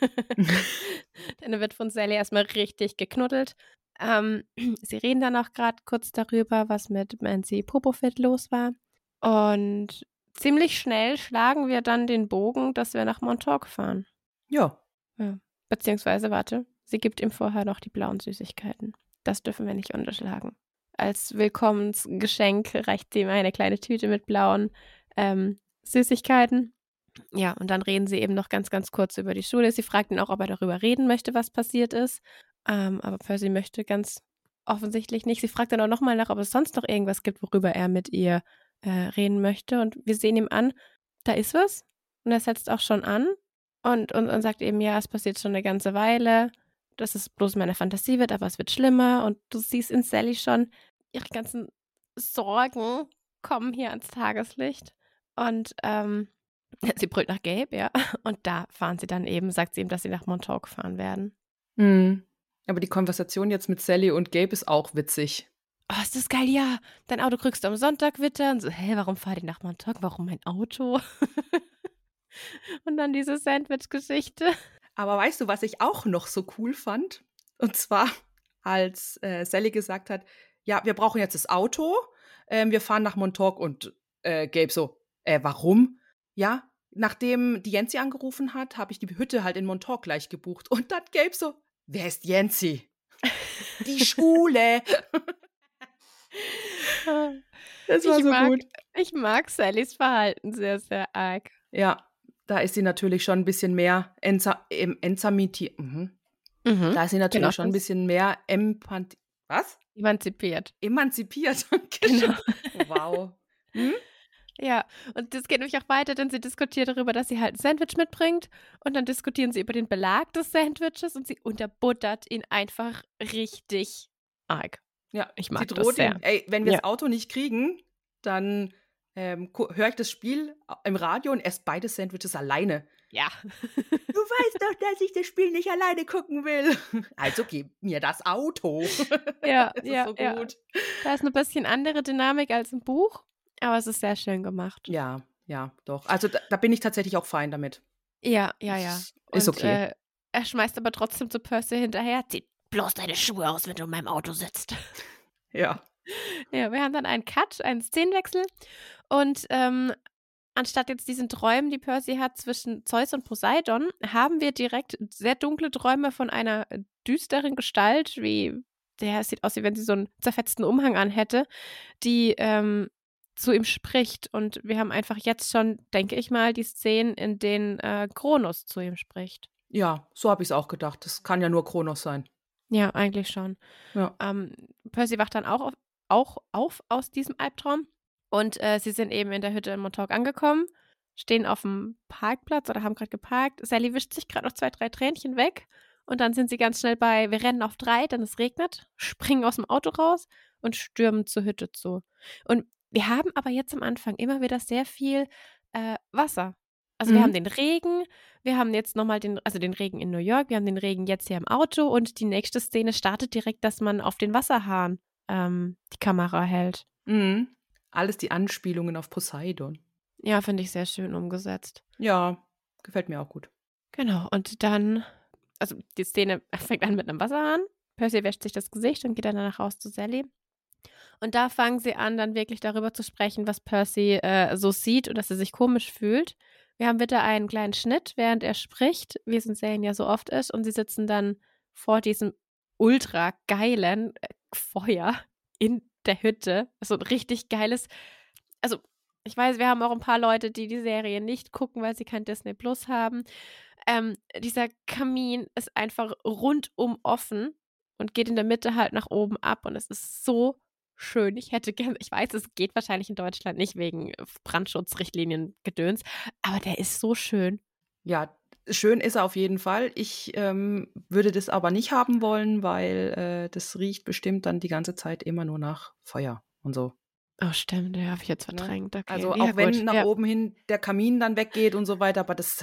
S7: Dann wird von Sally erstmal richtig geknuddelt. Sie reden dann auch gerade kurz darüber, was mit Mancy Popofit los war. Und ziemlich schnell schlagen wir dann den Bogen, dass wir nach Montauk fahren.
S8: Ja.
S7: Beziehungsweise, warte, sie gibt ihm vorher noch die blauen Süßigkeiten. Das dürfen wir nicht unterschlagen. Als Willkommensgeschenk reicht sie ihm eine kleine Tüte mit blauen Süßigkeiten. Ja, und dann reden sie eben noch ganz, ganz kurz über die Schule. Sie fragt ihn auch, ob er darüber reden möchte, was passiert ist. Aber Percy möchte ganz offensichtlich nicht. Sie fragt dann auch nochmal nach, ob es sonst noch irgendwas gibt, worüber er mit ihr reden möchte. Und wir sehen ihm an, da ist was. Und er setzt auch schon an und sagt eben, ja, es passiert schon eine ganze Weile, dass es bloß meine Fantasie wird, aber es wird schlimmer. Und du siehst in Sally schon, ihre ganzen Sorgen kommen hier ans Tageslicht. Und sie brüllt nach Gabe, ja. Und da fahren sie dann eben, sagt sie ihm, dass sie nach Montauk fahren werden.
S8: Mhm. Aber die Konversation jetzt mit Sally und Gabe ist auch witzig.
S7: Oh, ist das geil, ja. Dein Auto kriegst du am Sonntag wieder. Und so, warum fahrt ihr nach Montauk? Warum mein Auto? Und dann diese Sandwich-Geschichte.
S8: Aber weißt du, was ich auch noch so cool fand? Und zwar, als Sally gesagt hat, ja, wir brauchen jetzt das Auto, wir fahren nach Montauk und Gabe so, warum? Ja, nachdem die Yancy angerufen hat, habe ich die Hütte halt in Montauk gleich gebucht. Und dann Gabe so, wer ist Yancy? Die Schule. Das war so gut.
S7: Ich mag Sallys Verhalten sehr, sehr arg.
S8: Ja, da ist sie natürlich schon ein bisschen mehr emanzipiert. Da ist sie natürlich schon ein bisschen mehr
S7: Emanzipiert.
S8: Emanzipiert.
S7: Genau.
S8: Wow.
S7: Ja, und das geht nämlich auch weiter, denn sie diskutiert darüber, dass sie halt ein Sandwich mitbringt und dann diskutieren sie über den Belag des Sandwiches und sie unterbuttert ihn einfach richtig arg.
S8: Ja,
S7: ich mag
S8: sie droht
S7: das sehr.
S8: ihm, wenn wir das Auto nicht kriegen, dann höre ich das Spiel im Radio und esse beide Sandwiches alleine.
S7: Ja.
S8: Du weißt doch, dass ich das Spiel nicht alleine gucken will. Also gib mir das Auto.
S7: Ja,
S8: das ist
S7: ja,
S8: so gut.
S7: Ja. Da ist eine bisschen andere Dynamik als im Buch, aber es ist sehr schön gemacht.
S8: Ja, doch. Also da bin ich tatsächlich auch fein damit.
S7: Ja.
S8: Ist okay.
S7: Er schmeißt aber trotzdem zu Percy hinterher, zieh bloß deine Schuhe aus, wenn du in meinem Auto sitzt.
S8: Ja.
S7: Ja, wir haben dann einen Cut, einen Szenenwechsel und anstatt jetzt diesen Träumen, die Percy hat zwischen Zeus und Poseidon, haben wir direkt sehr dunkle Träume von einer düsteren Gestalt, es sieht aus, wie wenn sie so einen zerfetzten Umhang anhätte, die zu ihm spricht. Und wir haben einfach jetzt schon, denke ich mal, die Szenen, in denen Kronos zu ihm spricht.
S8: Ja, so habe ich es auch gedacht. Das kann ja nur Kronos sein.
S7: Ja, eigentlich schon.
S8: Ja.
S7: Percy wacht dann auch auf aus diesem Albtraum. Und sie sind eben in der Hütte in Montauk angekommen, stehen auf dem Parkplatz oder haben gerade geparkt. Sally wischt sich gerade noch 2, 3 Tränchen weg. Und dann sind sie ganz schnell wir rennen auf 3, denn es regnet, springen aus dem Auto raus und stürmen zur Hütte zu. Und wir haben aber jetzt am Anfang immer wieder sehr viel Wasser. Also wir haben den Regen, wir haben jetzt nochmal den Regen in New York, wir haben den Regen jetzt hier im Auto und die nächste Szene startet direkt, dass man auf den Wasserhahn die Kamera hält.
S8: Mhm. Alles die Anspielungen auf Poseidon.
S7: Ja, finde ich sehr schön umgesetzt.
S8: Ja, gefällt mir auch gut.
S7: Genau, und dann, also die Szene fängt an mit einem Wasserhahn. Percy wäscht sich das Gesicht und geht dann danach raus zu Sally. Und da fangen sie an, dann wirklich darüber zu sprechen, was Percy so sieht und dass er sich komisch fühlt. Wir haben wieder einen kleinen Schnitt, während er spricht, wie es in Serien ja so oft ist. Und sie sitzen dann vor diesem ultra geilen Feuer in der Hütte. So ein richtig geiles, also ich weiß, wir haben auch ein paar Leute, die die Serie nicht gucken, weil sie kein Disney Plus haben. Dieser Kamin ist einfach rundum offen und geht in der Mitte halt nach oben ab und es ist so schön. Ich weiß, es geht wahrscheinlich in Deutschland nicht wegen Brandschutzrichtlinien Gedöns, aber der ist so schön.
S8: Ja, schön ist er auf jeden Fall. Ich würde das aber nicht haben wollen, weil das riecht bestimmt dann die ganze Zeit immer nur nach Feuer und so.
S7: Oh, stimmt, ja, habe ich jetzt verdrängt. Okay.
S8: Also auch wenn nach oben hin der Kamin dann weggeht und so weiter, aber das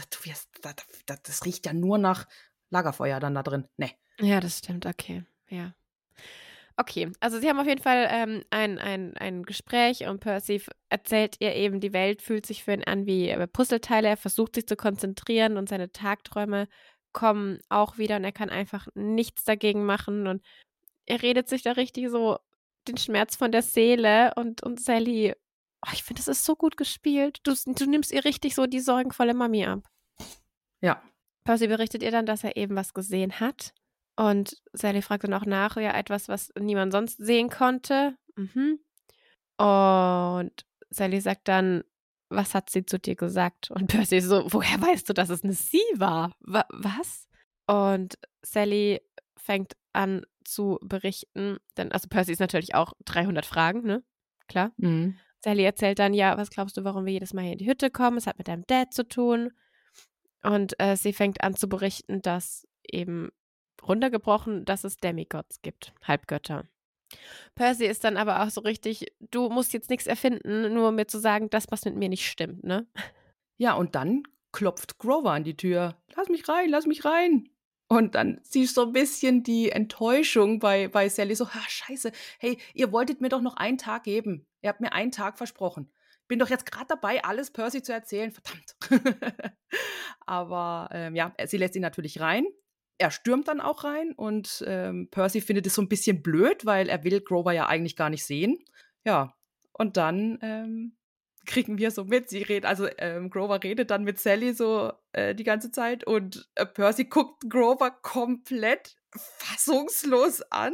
S8: riecht ja nur nach Lagerfeuer dann da drin. Nee.
S7: Ja, das stimmt, okay, ja. Okay, also sie haben auf jeden Fall ein Gespräch und Percy erzählt ihr eben, die Welt fühlt sich für ihn an wie Puzzleteile. Er versucht sich zu konzentrieren und seine Tagträume kommen auch wieder und er kann einfach nichts dagegen machen und er redet sich da richtig so den Schmerz von der Seele und Sally, ich finde, das ist so gut gespielt. Du nimmst ihr richtig so die sorgenvolle Mami ab.
S8: Ja.
S7: Percy berichtet ihr dann, dass er eben was gesehen hat. Und Sally fragt dann auch nach, ja, etwas, was niemand sonst sehen konnte. Und Sally sagt dann, was hat sie zu dir gesagt? Und Percy so, woher weißt du, dass es eine sie war? Was? Und Sally fängt an zu berichten, denn also Percy ist natürlich auch 300 Fragen, ne? Klar.
S8: Mhm.
S7: Sally erzählt dann, ja, was glaubst du, warum wir jedes Mal hier in die Hütte kommen? Es hat mit deinem Dad zu tun. Und sie fängt an zu berichten, dass eben runtergebrochen, dass es Demigods gibt, Halbgötter. Percy ist dann aber auch so richtig, du musst jetzt nichts erfinden, nur um mir zu sagen, das, was mit mir nicht stimmt, ne?
S8: Ja, und dann klopft Grover an die Tür. Lass mich rein, lass mich rein. Und dann siehst du so ein bisschen die Enttäuschung bei Sally. So, scheiße, hey, ihr wolltet mir doch noch einen Tag geben. Ihr habt mir einen Tag versprochen. Bin doch jetzt gerade dabei, alles Percy zu erzählen. Verdammt. Aber ja, sie lässt ihn natürlich rein. Er stürmt dann auch rein und Percy findet es so ein bisschen blöd, weil er will Grover ja eigentlich gar nicht sehen. Ja, und dann kriegen wir so mit, Grover redet dann mit Sally so die ganze Zeit und Percy guckt Grover komplett fassungslos an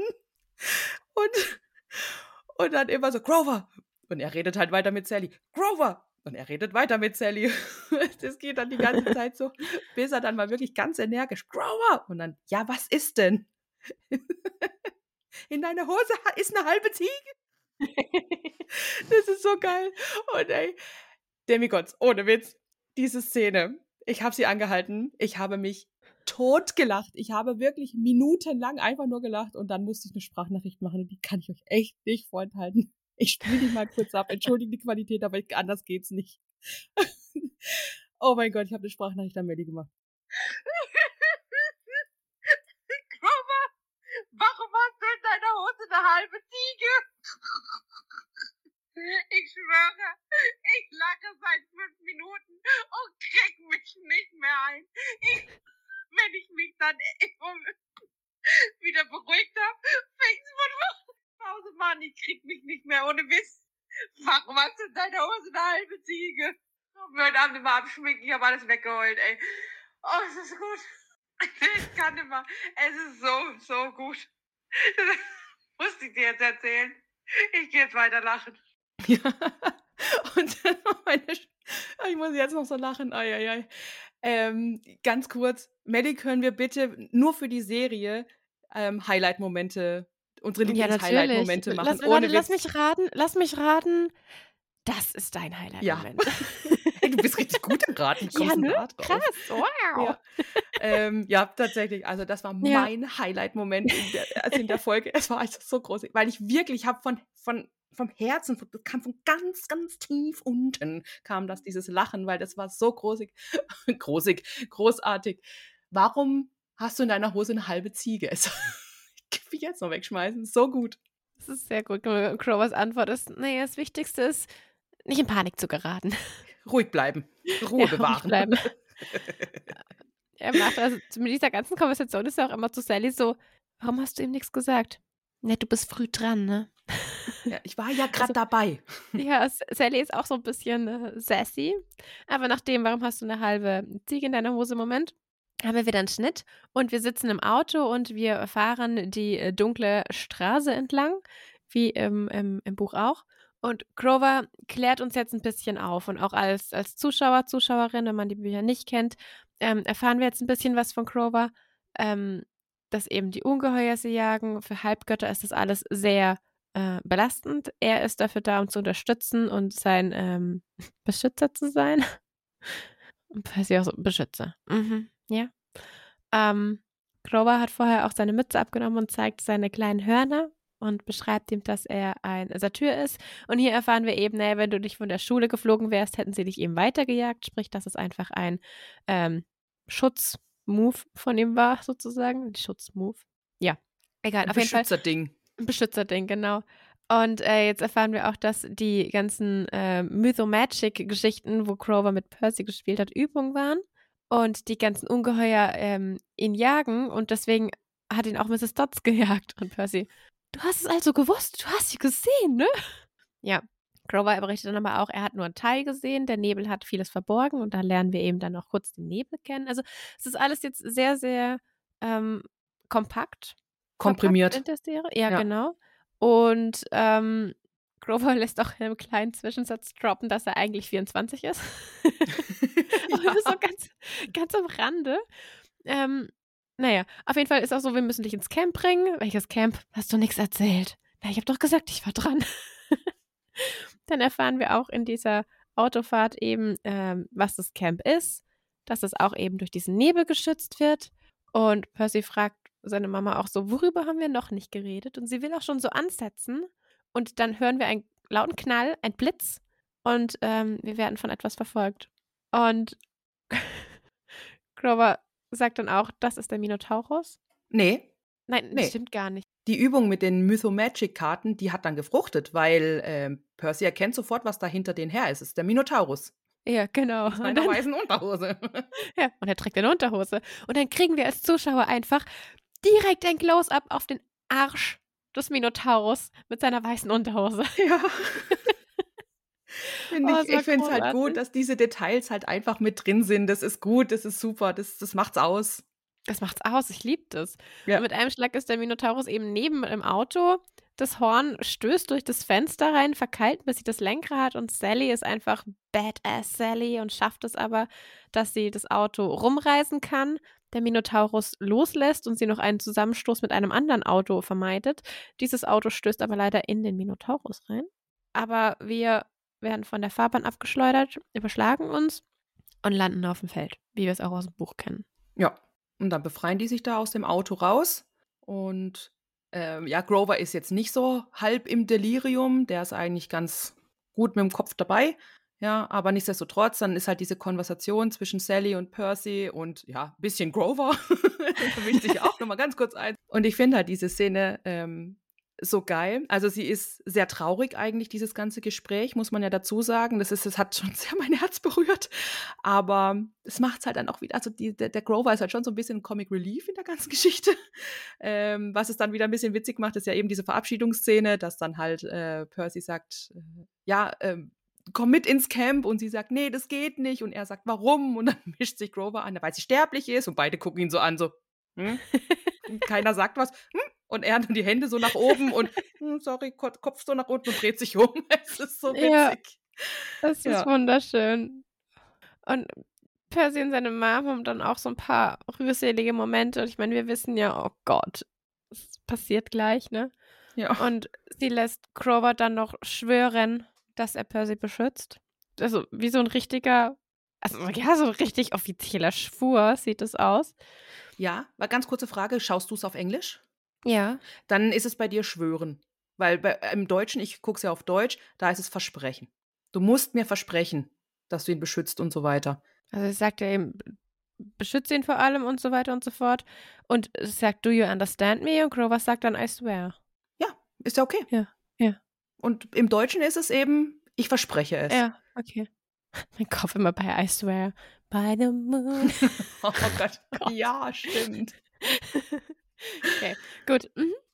S8: und dann immer so, Grover! Und er redet halt weiter mit Sally, Grover! Und er redet weiter mit Sally. Das geht dann die ganze Zeit so, bis er dann mal wirklich ganz energisch, Grover! Und dann, ja, was ist denn? In deiner Hose ist eine halbe Ziege. Das ist so geil. Und ey, Demigods, ohne Witz, diese Szene, ich habe sie angehalten, ich habe mich totgelacht. Ich habe wirklich minutenlang einfach nur gelacht und dann musste ich eine Sprachnachricht machen und die kann ich euch echt nicht vorenthalten. Ich spiele die mal kurz ab. Entschuldigt die Qualität, aber anders geht's nicht. Oh mein Gott, ich habe eine Sprachnachricht an Melly gemacht. Grover, warum hast du in deiner Hose eine halbe Ziege? Ich schwöre, ich lache seit 5 Minuten und krieg mich nicht mehr ein. Wenn ich mich dann wieder beruhigt habe, fängt's von Pause, Mann, ich krieg mich nicht mehr, ohne Witz. Warum hast du in deiner Hose eine halbe Ziege? Ich will heute Abend immer abschminken, ich habe alles weggeheult, ey. Oh, es ist gut. Ich kann immer. Es ist so gut. Das musste ich dir jetzt erzählen. Ich gehe jetzt weiter lachen. Ja, und ich muss jetzt noch so lachen. Ai. Ganz kurz, Melly, können wir bitte nur für die Serie Highlight-Momente, unsere Lieblings-Highlight-Momente machen?
S7: Lass mich raten. Das ist dein Highlight-Moment.
S8: Ja. Hey, du bist richtig gut im Raten.
S7: Ja, ne? Krass, wow.
S8: Ja, tatsächlich. Also das war mein Highlight-Moment in der Folge. Es war einfach so groß, weil ich wirklich habe vom Herzen, das kam von ganz, ganz tief unten, kam dieses Lachen, weil das war so großartig. Warum hast du in deiner Hose eine halbe Ziege? Ich kann mich jetzt noch wegschmeißen. So gut.
S7: Das ist sehr gut. Grovers Antwort ist, naja, das Wichtigste ist, nicht in Panik zu geraten.
S8: Ruhig bleiben. Ruhe bewahren.
S7: Ruhig bleiben. Er macht also mit dieser ganzen Konversation ist er auch immer zu Sally so, warum hast du ihm nichts gesagt? Ne, du bist früh dran, ne?
S8: Ja, ich war ja gerade dabei.
S7: Ja, Sally ist auch so ein bisschen sassy. Aber nach dem, warum hast du eine halbe Ziege in deiner Hose? Moment, haben wir wieder einen Schnitt und wir sitzen im Auto und wir fahren die dunkle Straße entlang, wie im Buch auch. Und Grover klärt uns jetzt ein bisschen auf. Und auch als Zuschauer, Zuschauerin, wenn man die Bücher nicht kennt, erfahren wir jetzt ein bisschen was von Grover, dass eben die Ungeheuer sie jagen. Für Halbgötter ist das alles sehr belastend. Er ist dafür da, um zu unterstützen und sein Beschützer zu sein. Weiß ich auch so, Beschützer. Ja. Grover hat vorher auch seine Mütze abgenommen und zeigt seine kleinen Hörner und beschreibt ihm, dass er ein Satyr ist. Und hier erfahren wir eben, wenn du dich von der Schule geflogen wärst, hätten sie dich eben weitergejagt. Sprich, dass es einfach ein Schutzmove von ihm war, sozusagen. Ein Schutzmove. Ja, egal. Auf jeden Fall. Beschützerding, genau. Und jetzt erfahren wir auch, dass die ganzen Mythomagic-Geschichten, wo Grover mit Percy gespielt hat, Übungen waren. Und die ganzen Ungeheuer ihn jagen. Und deswegen hat ihn auch Mrs. Dodds gejagt. Und Percy, du hast es also gewusst, du hast sie gesehen, ne? Ja, Grover berichtet dann aber auch, er hat nur einen Teil gesehen, der Nebel hat vieles verborgen und da lernen wir eben dann noch kurz den Nebel kennen. Also es ist alles jetzt sehr, sehr kompakt.
S8: Komprimiert.
S7: In der Serie. Ja, genau. Und Grover lässt auch in einem kleinen Zwischensatz droppen, dass er eigentlich 24 ist. Aber so ganz am Rande. Naja, auf jeden Fall ist auch so, wir müssen dich ins Camp bringen. Welches Camp? Hast du nichts erzählt? Na, ich habe doch gesagt, ich war dran. Dann erfahren wir auch in dieser Autofahrt eben, was das Camp ist, dass es auch eben durch diesen Nebel geschützt wird. Und Percy fragt seine Mama auch so, worüber haben wir noch nicht geredet? Und sie will auch schon so ansetzen. Und dann hören wir einen lauten Knall, einen Blitz. Und wir werden von etwas verfolgt. Und Grover sagt dann auch, das ist der Minotaurus.
S8: Nee.
S7: Nein, das stimmt gar nicht.
S8: Die Übung mit den Mythomagic-Karten, die hat dann gefruchtet, weil Percy erkennt sofort, was da hinter denen her ist. Es ist der Minotaurus.
S7: Ja, genau.
S8: In einer weißen Unterhose.
S7: Ja, und er trägt eine Unterhose. Und dann kriegen wir als Zuschauer einfach direkt ein Close-up auf den Arsch des Minotaurus mit seiner weißen Unterhose.
S8: Ja. Ich finde es halt
S7: großartig.
S8: gut, dass diese Details halt einfach mit drin sind. Das ist gut, das ist super, das macht's aus.
S7: Das macht's aus, ich liebe das.
S8: Ja.
S7: Und mit einem Schlag ist der Minotaurus eben neben im Auto. Das Horn stößt durch das Fenster rein, verkeilt bis sie das Lenkrad und Sally ist einfach Badass Sally und schafft es aber, dass sie das Auto rumreißen kann, der Minotaurus loslässt und sie noch einen Zusammenstoß mit einem anderen Auto vermeidet. Dieses Auto stößt aber leider in den Minotaurus rein. Aber wir werden von der Fahrbahn abgeschleudert, überschlagen uns und landen auf dem Feld, wie wir es auch aus dem Buch kennen.
S8: Ja, und dann befreien die sich da aus dem Auto raus. Und Grover ist jetzt nicht so halb im Delirium. Der ist eigentlich ganz gut mit dem Kopf dabei. Ja, aber nichtsdestotrotz, dann ist halt diese Konversation zwischen Sally und Percy und ja, ein bisschen Grover. Da mischt sich auch nochmal ganz kurz ein. Und ich finde halt diese Szene so geil. Also sie ist sehr traurig eigentlich, dieses ganze Gespräch, muss man ja dazu sagen. Das hat schon sehr mein Herz berührt. Aber es macht es halt dann auch wieder, also der Grover ist halt schon so ein bisschen Comic Relief in der ganzen Geschichte. Was es dann wieder ein bisschen witzig macht, ist ja eben diese Verabschiedungsszene, dass dann halt Percy sagt, komm mit ins Camp und sie sagt, nee, das geht nicht und er sagt, warum? Und dann mischt sich Grover an, weil sie sterblich ist und beide gucken ihn so an, so, Und keiner sagt was, und er dann die Hände so nach oben und, sorry, Kopf so nach unten und dreht sich um. Es ist so witzig.
S7: Ja, das ist wunderschön. Und Percy und seine Mom haben dann auch so ein paar rührselige Momente und ich meine, wir wissen ja, oh Gott, es passiert gleich, ne?
S8: Ja.
S7: Und sie lässt Grover dann noch schwören, dass er Percy beschützt. Also wie so ein richtiger, so ein richtig offizieller Schwur sieht es aus.
S8: Ja, war ganz kurze Frage, schaust du es auf Englisch?
S7: Ja.
S8: Dann ist es bei dir schwören. Weil im Deutschen, ich gucke es ja auf Deutsch, da ist es versprechen. Du musst mir versprechen, dass du ihn beschützt und so weiter.
S7: Also es sagt ja eben, beschütze ihn vor allem und so weiter und so fort. Und es sagt, do you understand me? Und Grover sagt dann, I swear.
S8: Ja, ist ja okay.
S7: Ja.
S8: Und im Deutschen ist es eben, ich verspreche es.
S7: Ja, okay. Mein Kopf immer bei I swear. By the moon.
S8: Oh Gott. Ja, stimmt.
S7: Okay, gut.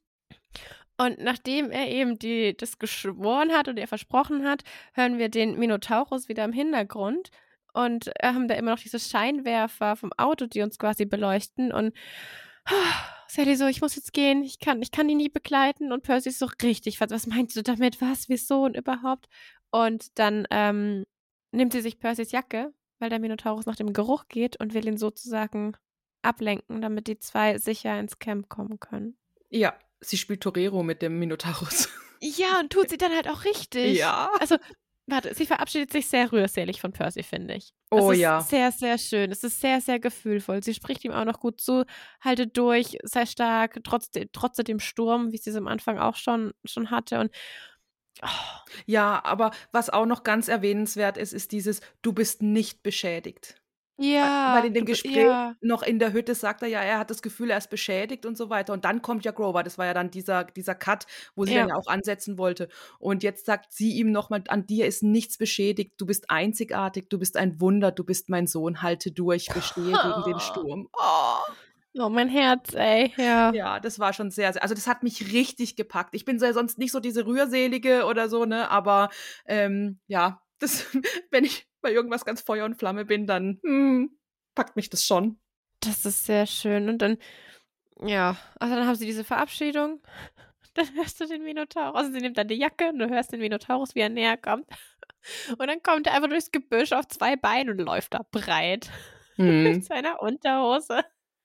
S7: Und nachdem er eben das geschworen hat und er versprochen hat, hören wir den Minotaurus wieder im Hintergrund und haben da immer noch diese Scheinwerfer vom Auto, die uns quasi beleuchten und Sally so, ich muss jetzt gehen, ich kann ihn nie begleiten und Percy ist so richtig, was meinst du damit, was, wieso und überhaupt? Und dann nimmt sie sich Percys Jacke, weil der Minotaurus nach dem Geruch geht und will ihn sozusagen ablenken, damit die zwei sicher ins Camp kommen können.
S8: Ja, sie spielt Torero mit dem Minotaurus.
S7: Ja, und tut sie dann halt auch richtig.
S8: Ja.
S7: Also, warte, sie verabschiedet sich sehr rührselig von Percy, finde ich.
S8: Oh
S7: ja. Es ist sehr, sehr schön. Es ist sehr, sehr gefühlvoll. Sie spricht ihm auch noch gut zu, halte durch, sei stark, trotz dem Sturm, wie sie es am Anfang auch schon hatte. Und
S8: ja, aber was auch noch ganz erwähnenswert ist, ist dieses, du bist nicht beschädigt.
S7: ja.
S8: Weil in dem Gespräch noch in der Hütte sagt er ja, er hat das Gefühl, er ist beschädigt und so weiter. Und dann kommt ja Grover, das war ja dann dieser Cut, wo sie dann ja auch ansetzen wollte. Und jetzt sagt sie ihm nochmal, an dir ist nichts beschädigt, du bist einzigartig, du bist ein Wunder, du bist mein Sohn, halte durch, bestehe gegen den Sturm.
S7: Oh, mein Herz, ey, ja.
S8: Ja, das war schon sehr, sehr, also das hat mich richtig gepackt. Ich bin ja sonst nicht so diese Rührselige oder so, ne, aber ja, das, wenn ich bei irgendwas ganz Feuer und Flamme bin, dann packt mich das schon.
S7: Das ist sehr schön. Und dann, ja, also dann haben sie diese Verabschiedung. dann hörst du den Minotaurus. Sie nimmt dann die Jacke und du hörst den Minotaurus, wie er näher kommt. Und dann kommt er einfach durchs Gebüsch auf 2 Beinen und läuft da breit. Mit seiner Unterhose.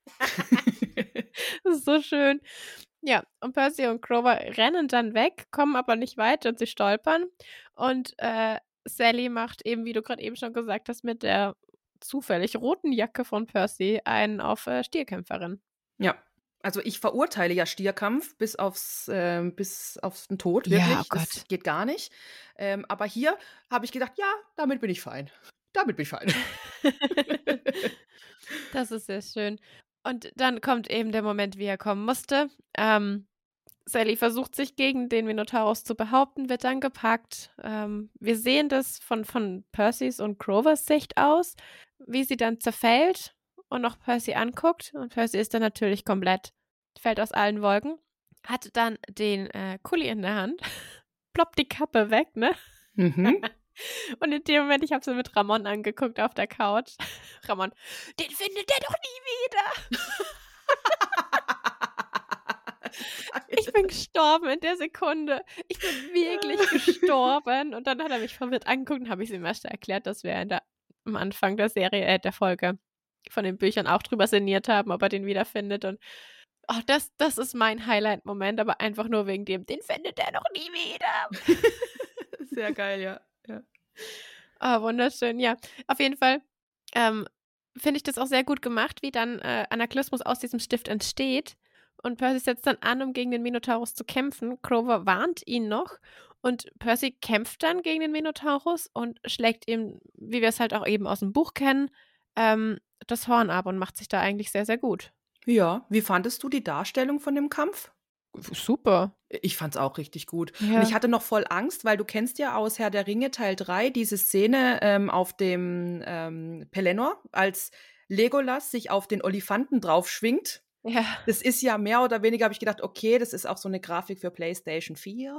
S7: Das ist so schön. Ja, und Percy und Grover rennen dann weg, kommen aber nicht weiter und sie stolpern. Und Sally macht eben, wie du gerade eben schon gesagt hast, mit der zufällig roten Jacke von Percy einen auf Stierkämpferin.
S8: Ja, also ich verurteile ja Stierkampf bis aufs den Tod,
S7: Ja,
S8: wirklich.
S7: oh Gott.
S8: Das geht gar nicht. Aber hier habe ich gedacht, ja, damit bin ich fein. Damit bin ich fein.
S7: Das ist sehr schön. Und dann kommt eben der Moment, wie er kommen musste. Sally versucht sich gegen den Minotaurus zu behaupten, wird dann gepackt. Wir sehen das von Percys und Grovers Sicht aus, wie sie dann zerfällt und noch Percy anguckt. Und Percy ist dann natürlich komplett, fällt aus allen Wolken, hat dann den Kuli in der Hand, ploppt die Kappe weg, ne?
S8: Mhm.
S7: Und in dem Moment, ich habe sie mit Ramon angeguckt auf der Couch. Ramon, den findet der doch nie wieder. Ich bin gestorben in der Sekunde. Ich bin wirklich gestorben. Und dann hat er mich verwirrt angeguckt und habe ich es ihm erst erklärt, dass wir am Anfang der Serie, der Folge von den Büchern auch drüber sinniert haben, ob er den wiederfindet. Und das ist mein Highlight-Moment, aber einfach nur wegen dem, den findet er doch nie wieder.
S8: Sehr geil, ja.
S7: Wunderschön, ja. Auf jeden Fall finde ich das auch sehr gut gemacht, wie dann Anaklismus aus diesem Stift entsteht. Und Percy setzt dann an, um gegen den Minotaurus zu kämpfen. Grover warnt ihn noch. Und Percy kämpft dann gegen den Minotaurus und schlägt ihm, wie wir es halt auch eben aus dem Buch kennen, das Horn ab und macht sich da eigentlich sehr, sehr gut.
S8: Ja, wie fandest du die Darstellung von dem Kampf?
S7: Super.
S8: Ich fand's auch richtig gut.
S7: Ja.
S8: Und ich hatte noch voll Angst, weil du kennst ja aus Herr der Ringe Teil 3 diese Szene auf dem Pelennor, als Legolas sich auf den Olifanten draufschwingt.
S7: Ja.
S8: Das ist ja mehr oder weniger, habe ich gedacht, okay, das ist auch so eine Grafik für PlayStation 4.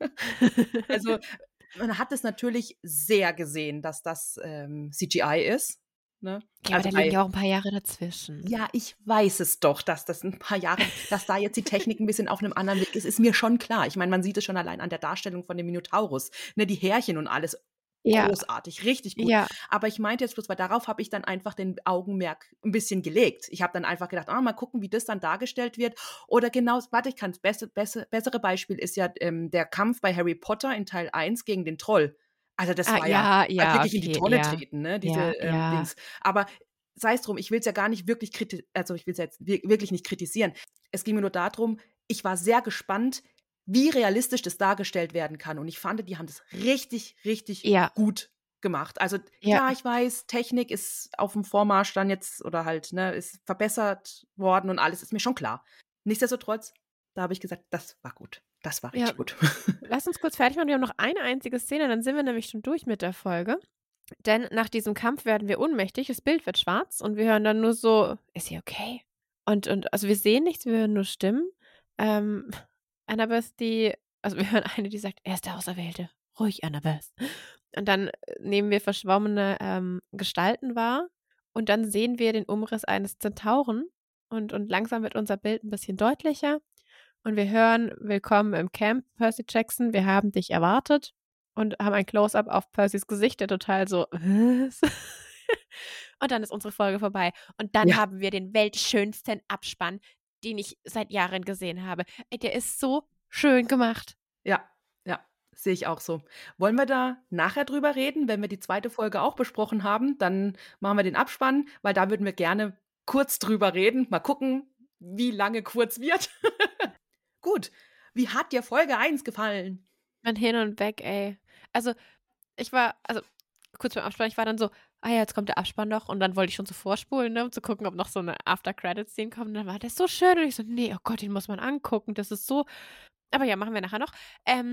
S8: Also man hat es natürlich sehr gesehen, dass das CGI ist. Ne?
S7: Ja,
S8: Also
S7: aber da liegen ja auch ein paar Jahre dazwischen.
S8: ja, ich weiß es doch, dass das ein paar Jahre, dass da jetzt die Technik ein bisschen auf einem anderen Weg ist mir schon klar. Ich meine, man sieht es schon allein an der Darstellung von dem Minotaurus. Ne, die Härchen und alles.
S7: Ja.
S8: Großartig, richtig gut.
S7: Ja.
S8: Aber ich meinte jetzt bloß, weil darauf habe ich dann einfach den Augenmerk ein bisschen gelegt. Ich habe dann einfach gedacht, mal gucken, wie das dann dargestellt wird. Oder genau, warte, ich kann das bessere Beispiel ist ja der Kampf bei Harry Potter in Teil 1 gegen den Troll. Also das war ja wirklich in die Tonne treten, ne? Diese Dings. Aber sei es drum, ich will es ja gar nicht wirklich ich will es jetzt wirklich nicht kritisieren. Es ging mir nur darum, ich war sehr gespannt, wie realistisch das dargestellt werden kann. Und ich fand, die haben das richtig, richtig gut gemacht. Also klar, ich weiß, Technik ist auf dem Vormarsch dann jetzt oder halt, ne, ist verbessert worden und alles, ist mir schon klar. Nichtsdestotrotz, da habe ich gesagt, das war gut. Das war richtig gut.
S7: Lass uns kurz fertig machen. Wir haben noch eine einzige Szene, dann sind wir nämlich schon durch mit der Folge. Denn nach diesem Kampf werden wir ohnmächtig, das Bild wird schwarz und wir hören dann nur so, ist sie okay? Und also wir sehen nichts, wir hören nur Stimmen. Annabeth, wir hören eine, die sagt, er ist der Auserwählte. Ruhig, Annabeth. Und dann nehmen wir verschwommene Gestalten wahr und dann sehen wir den Umriss eines Zentauren und langsam wird unser Bild ein bisschen deutlicher. Und wir hören, willkommen im Camp, Percy Jackson, wir haben dich erwartet. Und haben ein Close-up auf Percys Gesicht, der total so, was? Und dann ist unsere Folge vorbei. Und dann haben wir den weltschönsten Abspann, den ich seit Jahren gesehen habe. Der ist so schön gemacht.
S8: Ja, sehe ich auch so. Wollen wir da nachher drüber reden, wenn wir die zweite Folge auch besprochen haben? Dann machen wir den Abspann, weil da würden wir gerne kurz drüber reden. Mal gucken, wie lange kurz wird. Gut, wie hat dir Folge 1 gefallen?
S7: Mein Hin und Weg, ey. Also, kurz beim Abspann, ich war dann so, jetzt kommt der Abspann noch und dann wollte ich schon so vorspulen, ne, um zu gucken, ob noch so eine After-Credits-Szene kommt und dann war das so schön und ich so, nee, oh Gott, den muss man angucken, das ist so, aber ja, machen wir nachher noch.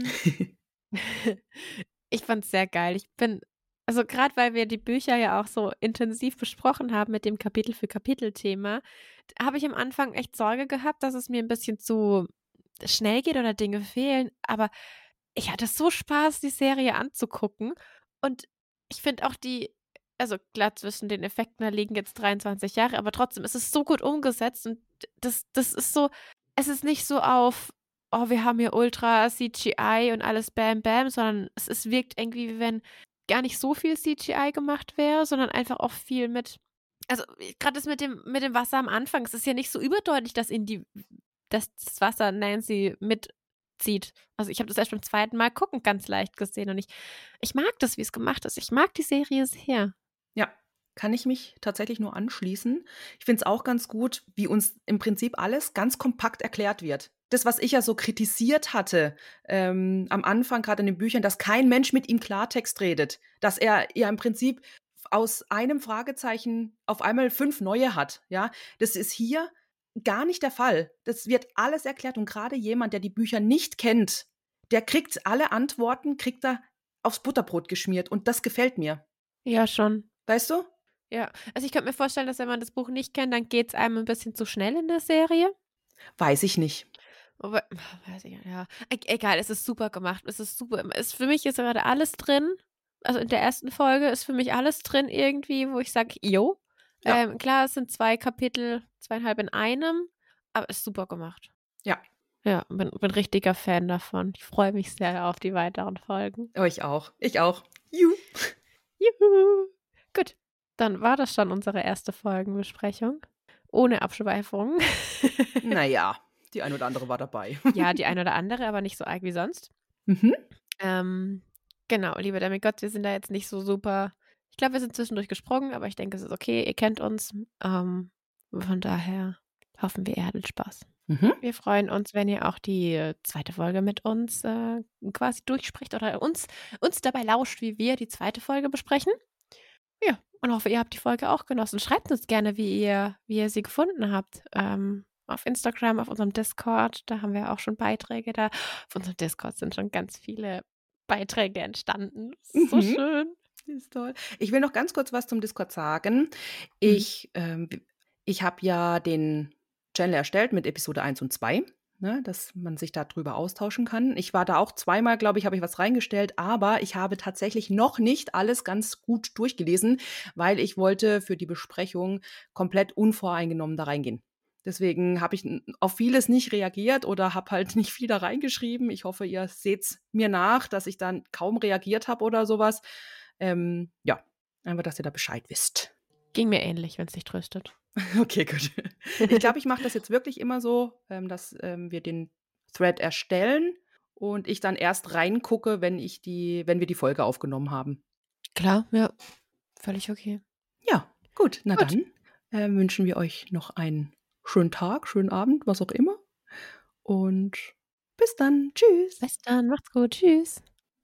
S7: Ich fand's sehr geil. Also gerade weil wir die Bücher ja auch so intensiv besprochen haben mit dem Kapitel-für-Kapitel-Thema, habe ich am Anfang echt Sorge gehabt, dass es mir ein bisschen zu schnell geht oder Dinge fehlen, aber ich hatte so Spaß, die Serie anzugucken und ich finde auch also klar, zwischen den Effekten, da liegen jetzt 23 Jahre, aber trotzdem ist es so gut umgesetzt und das ist so, es ist nicht so auf oh, wir haben hier ultra CGI und alles bam bam, sondern es wirkt irgendwie, wie wenn gar nicht so viel CGI gemacht wäre, sondern einfach auch viel mit, also gerade das mit dem Wasser am Anfang, es ist ja nicht so überdeutlich, dass das Wasser Nancy mitzieht. Also ich habe das erst beim zweiten Mal gucken ganz leicht gesehen und ich mag das, wie es gemacht ist. Ich mag die Serie sehr.
S8: Ja, kann ich mich tatsächlich nur anschließen. Ich finde es auch ganz gut, wie uns im Prinzip alles ganz kompakt erklärt wird. Das, was ich ja so kritisiert hatte am Anfang, gerade in den Büchern, dass kein Mensch mit ihm Klartext redet. Dass er ja im Prinzip aus einem Fragezeichen auf einmal 5 neue hat. Ja, das ist hier gar nicht der Fall. Das wird alles erklärt. Und gerade jemand, der die Bücher nicht kennt, der kriegt alle Antworten, kriegt er aufs Butterbrot geschmiert. Und das gefällt mir.
S7: Ja, schon.
S8: Weißt du?
S7: Ja, also ich könnte mir vorstellen, dass wenn man das Buch nicht kennt, dann geht es einem ein bisschen zu schnell in der Serie.
S8: Weiß ich nicht.
S7: Aber, weiß ich, ja. Egal, es ist super gemacht. Es ist super. Für mich ist gerade alles drin. Also in der ersten Folge ist für mich alles drin irgendwie, wo ich sage, jo. Ja. Klar, es sind 2 Kapitel, 2,5 in einem, aber es ist super gemacht.
S8: Ja.
S7: Ja, bin richtiger Fan davon. Ich freue mich sehr auf die weiteren Folgen.
S8: Oh, ich auch. Ich auch. Juhu.
S7: Gut, dann war das schon unsere erste Folgenbesprechung. Ohne Abschweifung.
S8: Naja, die eine oder andere war dabei.
S7: Ja, die eine oder andere, aber nicht so arg wie sonst. Genau, liebe Demigott, wir sind da jetzt nicht so super. Ich glaube, wir sind zwischendurch gesprungen, aber ich denke, es ist okay. Ihr kennt uns. Von daher hoffen wir, ihr hattet Spaß. Wir freuen uns, wenn ihr auch die zweite Folge mit uns quasi durchspricht oder uns dabei lauscht, wie wir die zweite Folge besprechen. Ja, und hoffe, ihr habt die Folge auch genossen. Schreibt uns gerne, wie ihr sie gefunden habt. Auf Instagram, auf unserem Discord, da haben wir auch schon Beiträge da. Auf unserem Discord sind schon ganz viele Beiträge entstanden. So schön.
S8: Das ist toll. Ich will noch ganz kurz was zum Discord sagen. Ich habe ja den Channel erstellt mit Episode 1 und 2, ne, dass man sich darüber austauschen kann. Ich war da auch zweimal, glaube ich, habe ich was reingestellt, aber ich habe tatsächlich noch nicht alles ganz gut durchgelesen, weil ich wollte für die Besprechung komplett unvoreingenommen da reingehen. Deswegen habe ich auf vieles nicht reagiert oder habe halt nicht viel da reingeschrieben. Ich hoffe, ihr seht's mir nach, dass ich dann kaum reagiert habe oder sowas. Ja, einfach, dass ihr da Bescheid wisst.
S7: Ging mir ähnlich, wenn es dich tröstet.
S8: Okay, gut. Ich glaube, ich mache das jetzt wirklich immer so, dass wir den Thread erstellen und ich dann erst reingucke, wenn wir die Folge aufgenommen haben.
S7: Klar, ja. Völlig okay.
S8: Ja, gut. Na dann wünschen wir euch noch einen schönen Tag, schönen Abend, was auch immer. Und bis dann. Tschüss.
S7: Bis dann. Macht's gut. Tschüss.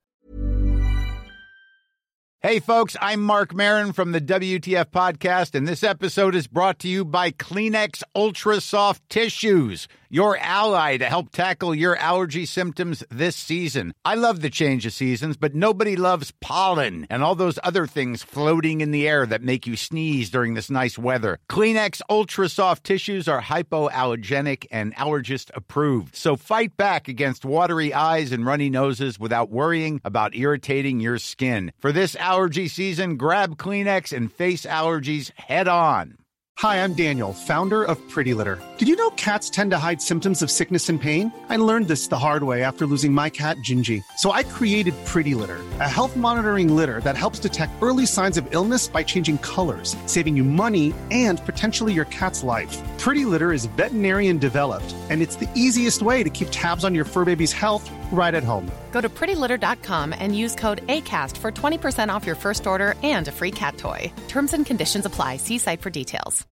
S9: Hey, folks, I'm Mark Maron from the WTF Podcast, and this episode is brought to you by Kleenex Ultra Soft Tissues, your ally to help tackle your allergy symptoms this season. I love the change of seasons, but nobody loves pollen and all those other things floating in the air that make you sneeze during this nice weather. Kleenex Ultra Soft Tissues are hypoallergenic and allergist approved, so fight back against watery eyes and runny noses without worrying about irritating your skin. For this allergy season, grab Kleenex and face allergies head on.
S10: Hi, I'm Daniel, founder of Pretty Litter. Did you know cats tend to hide symptoms of sickness and pain? I learned this the hard way after losing my cat, Gingy. So I created Pretty Litter, a health monitoring litter that helps detect early signs of illness by changing colors, saving you money and potentially your cat's life. Pretty Litter is veterinarian developed, and it's the easiest way to keep tabs on your fur baby's health right at home.
S11: Go to prettylitter.com and use code ACAST for 20% off your first order and a free cat toy. Terms and conditions apply. See site for details.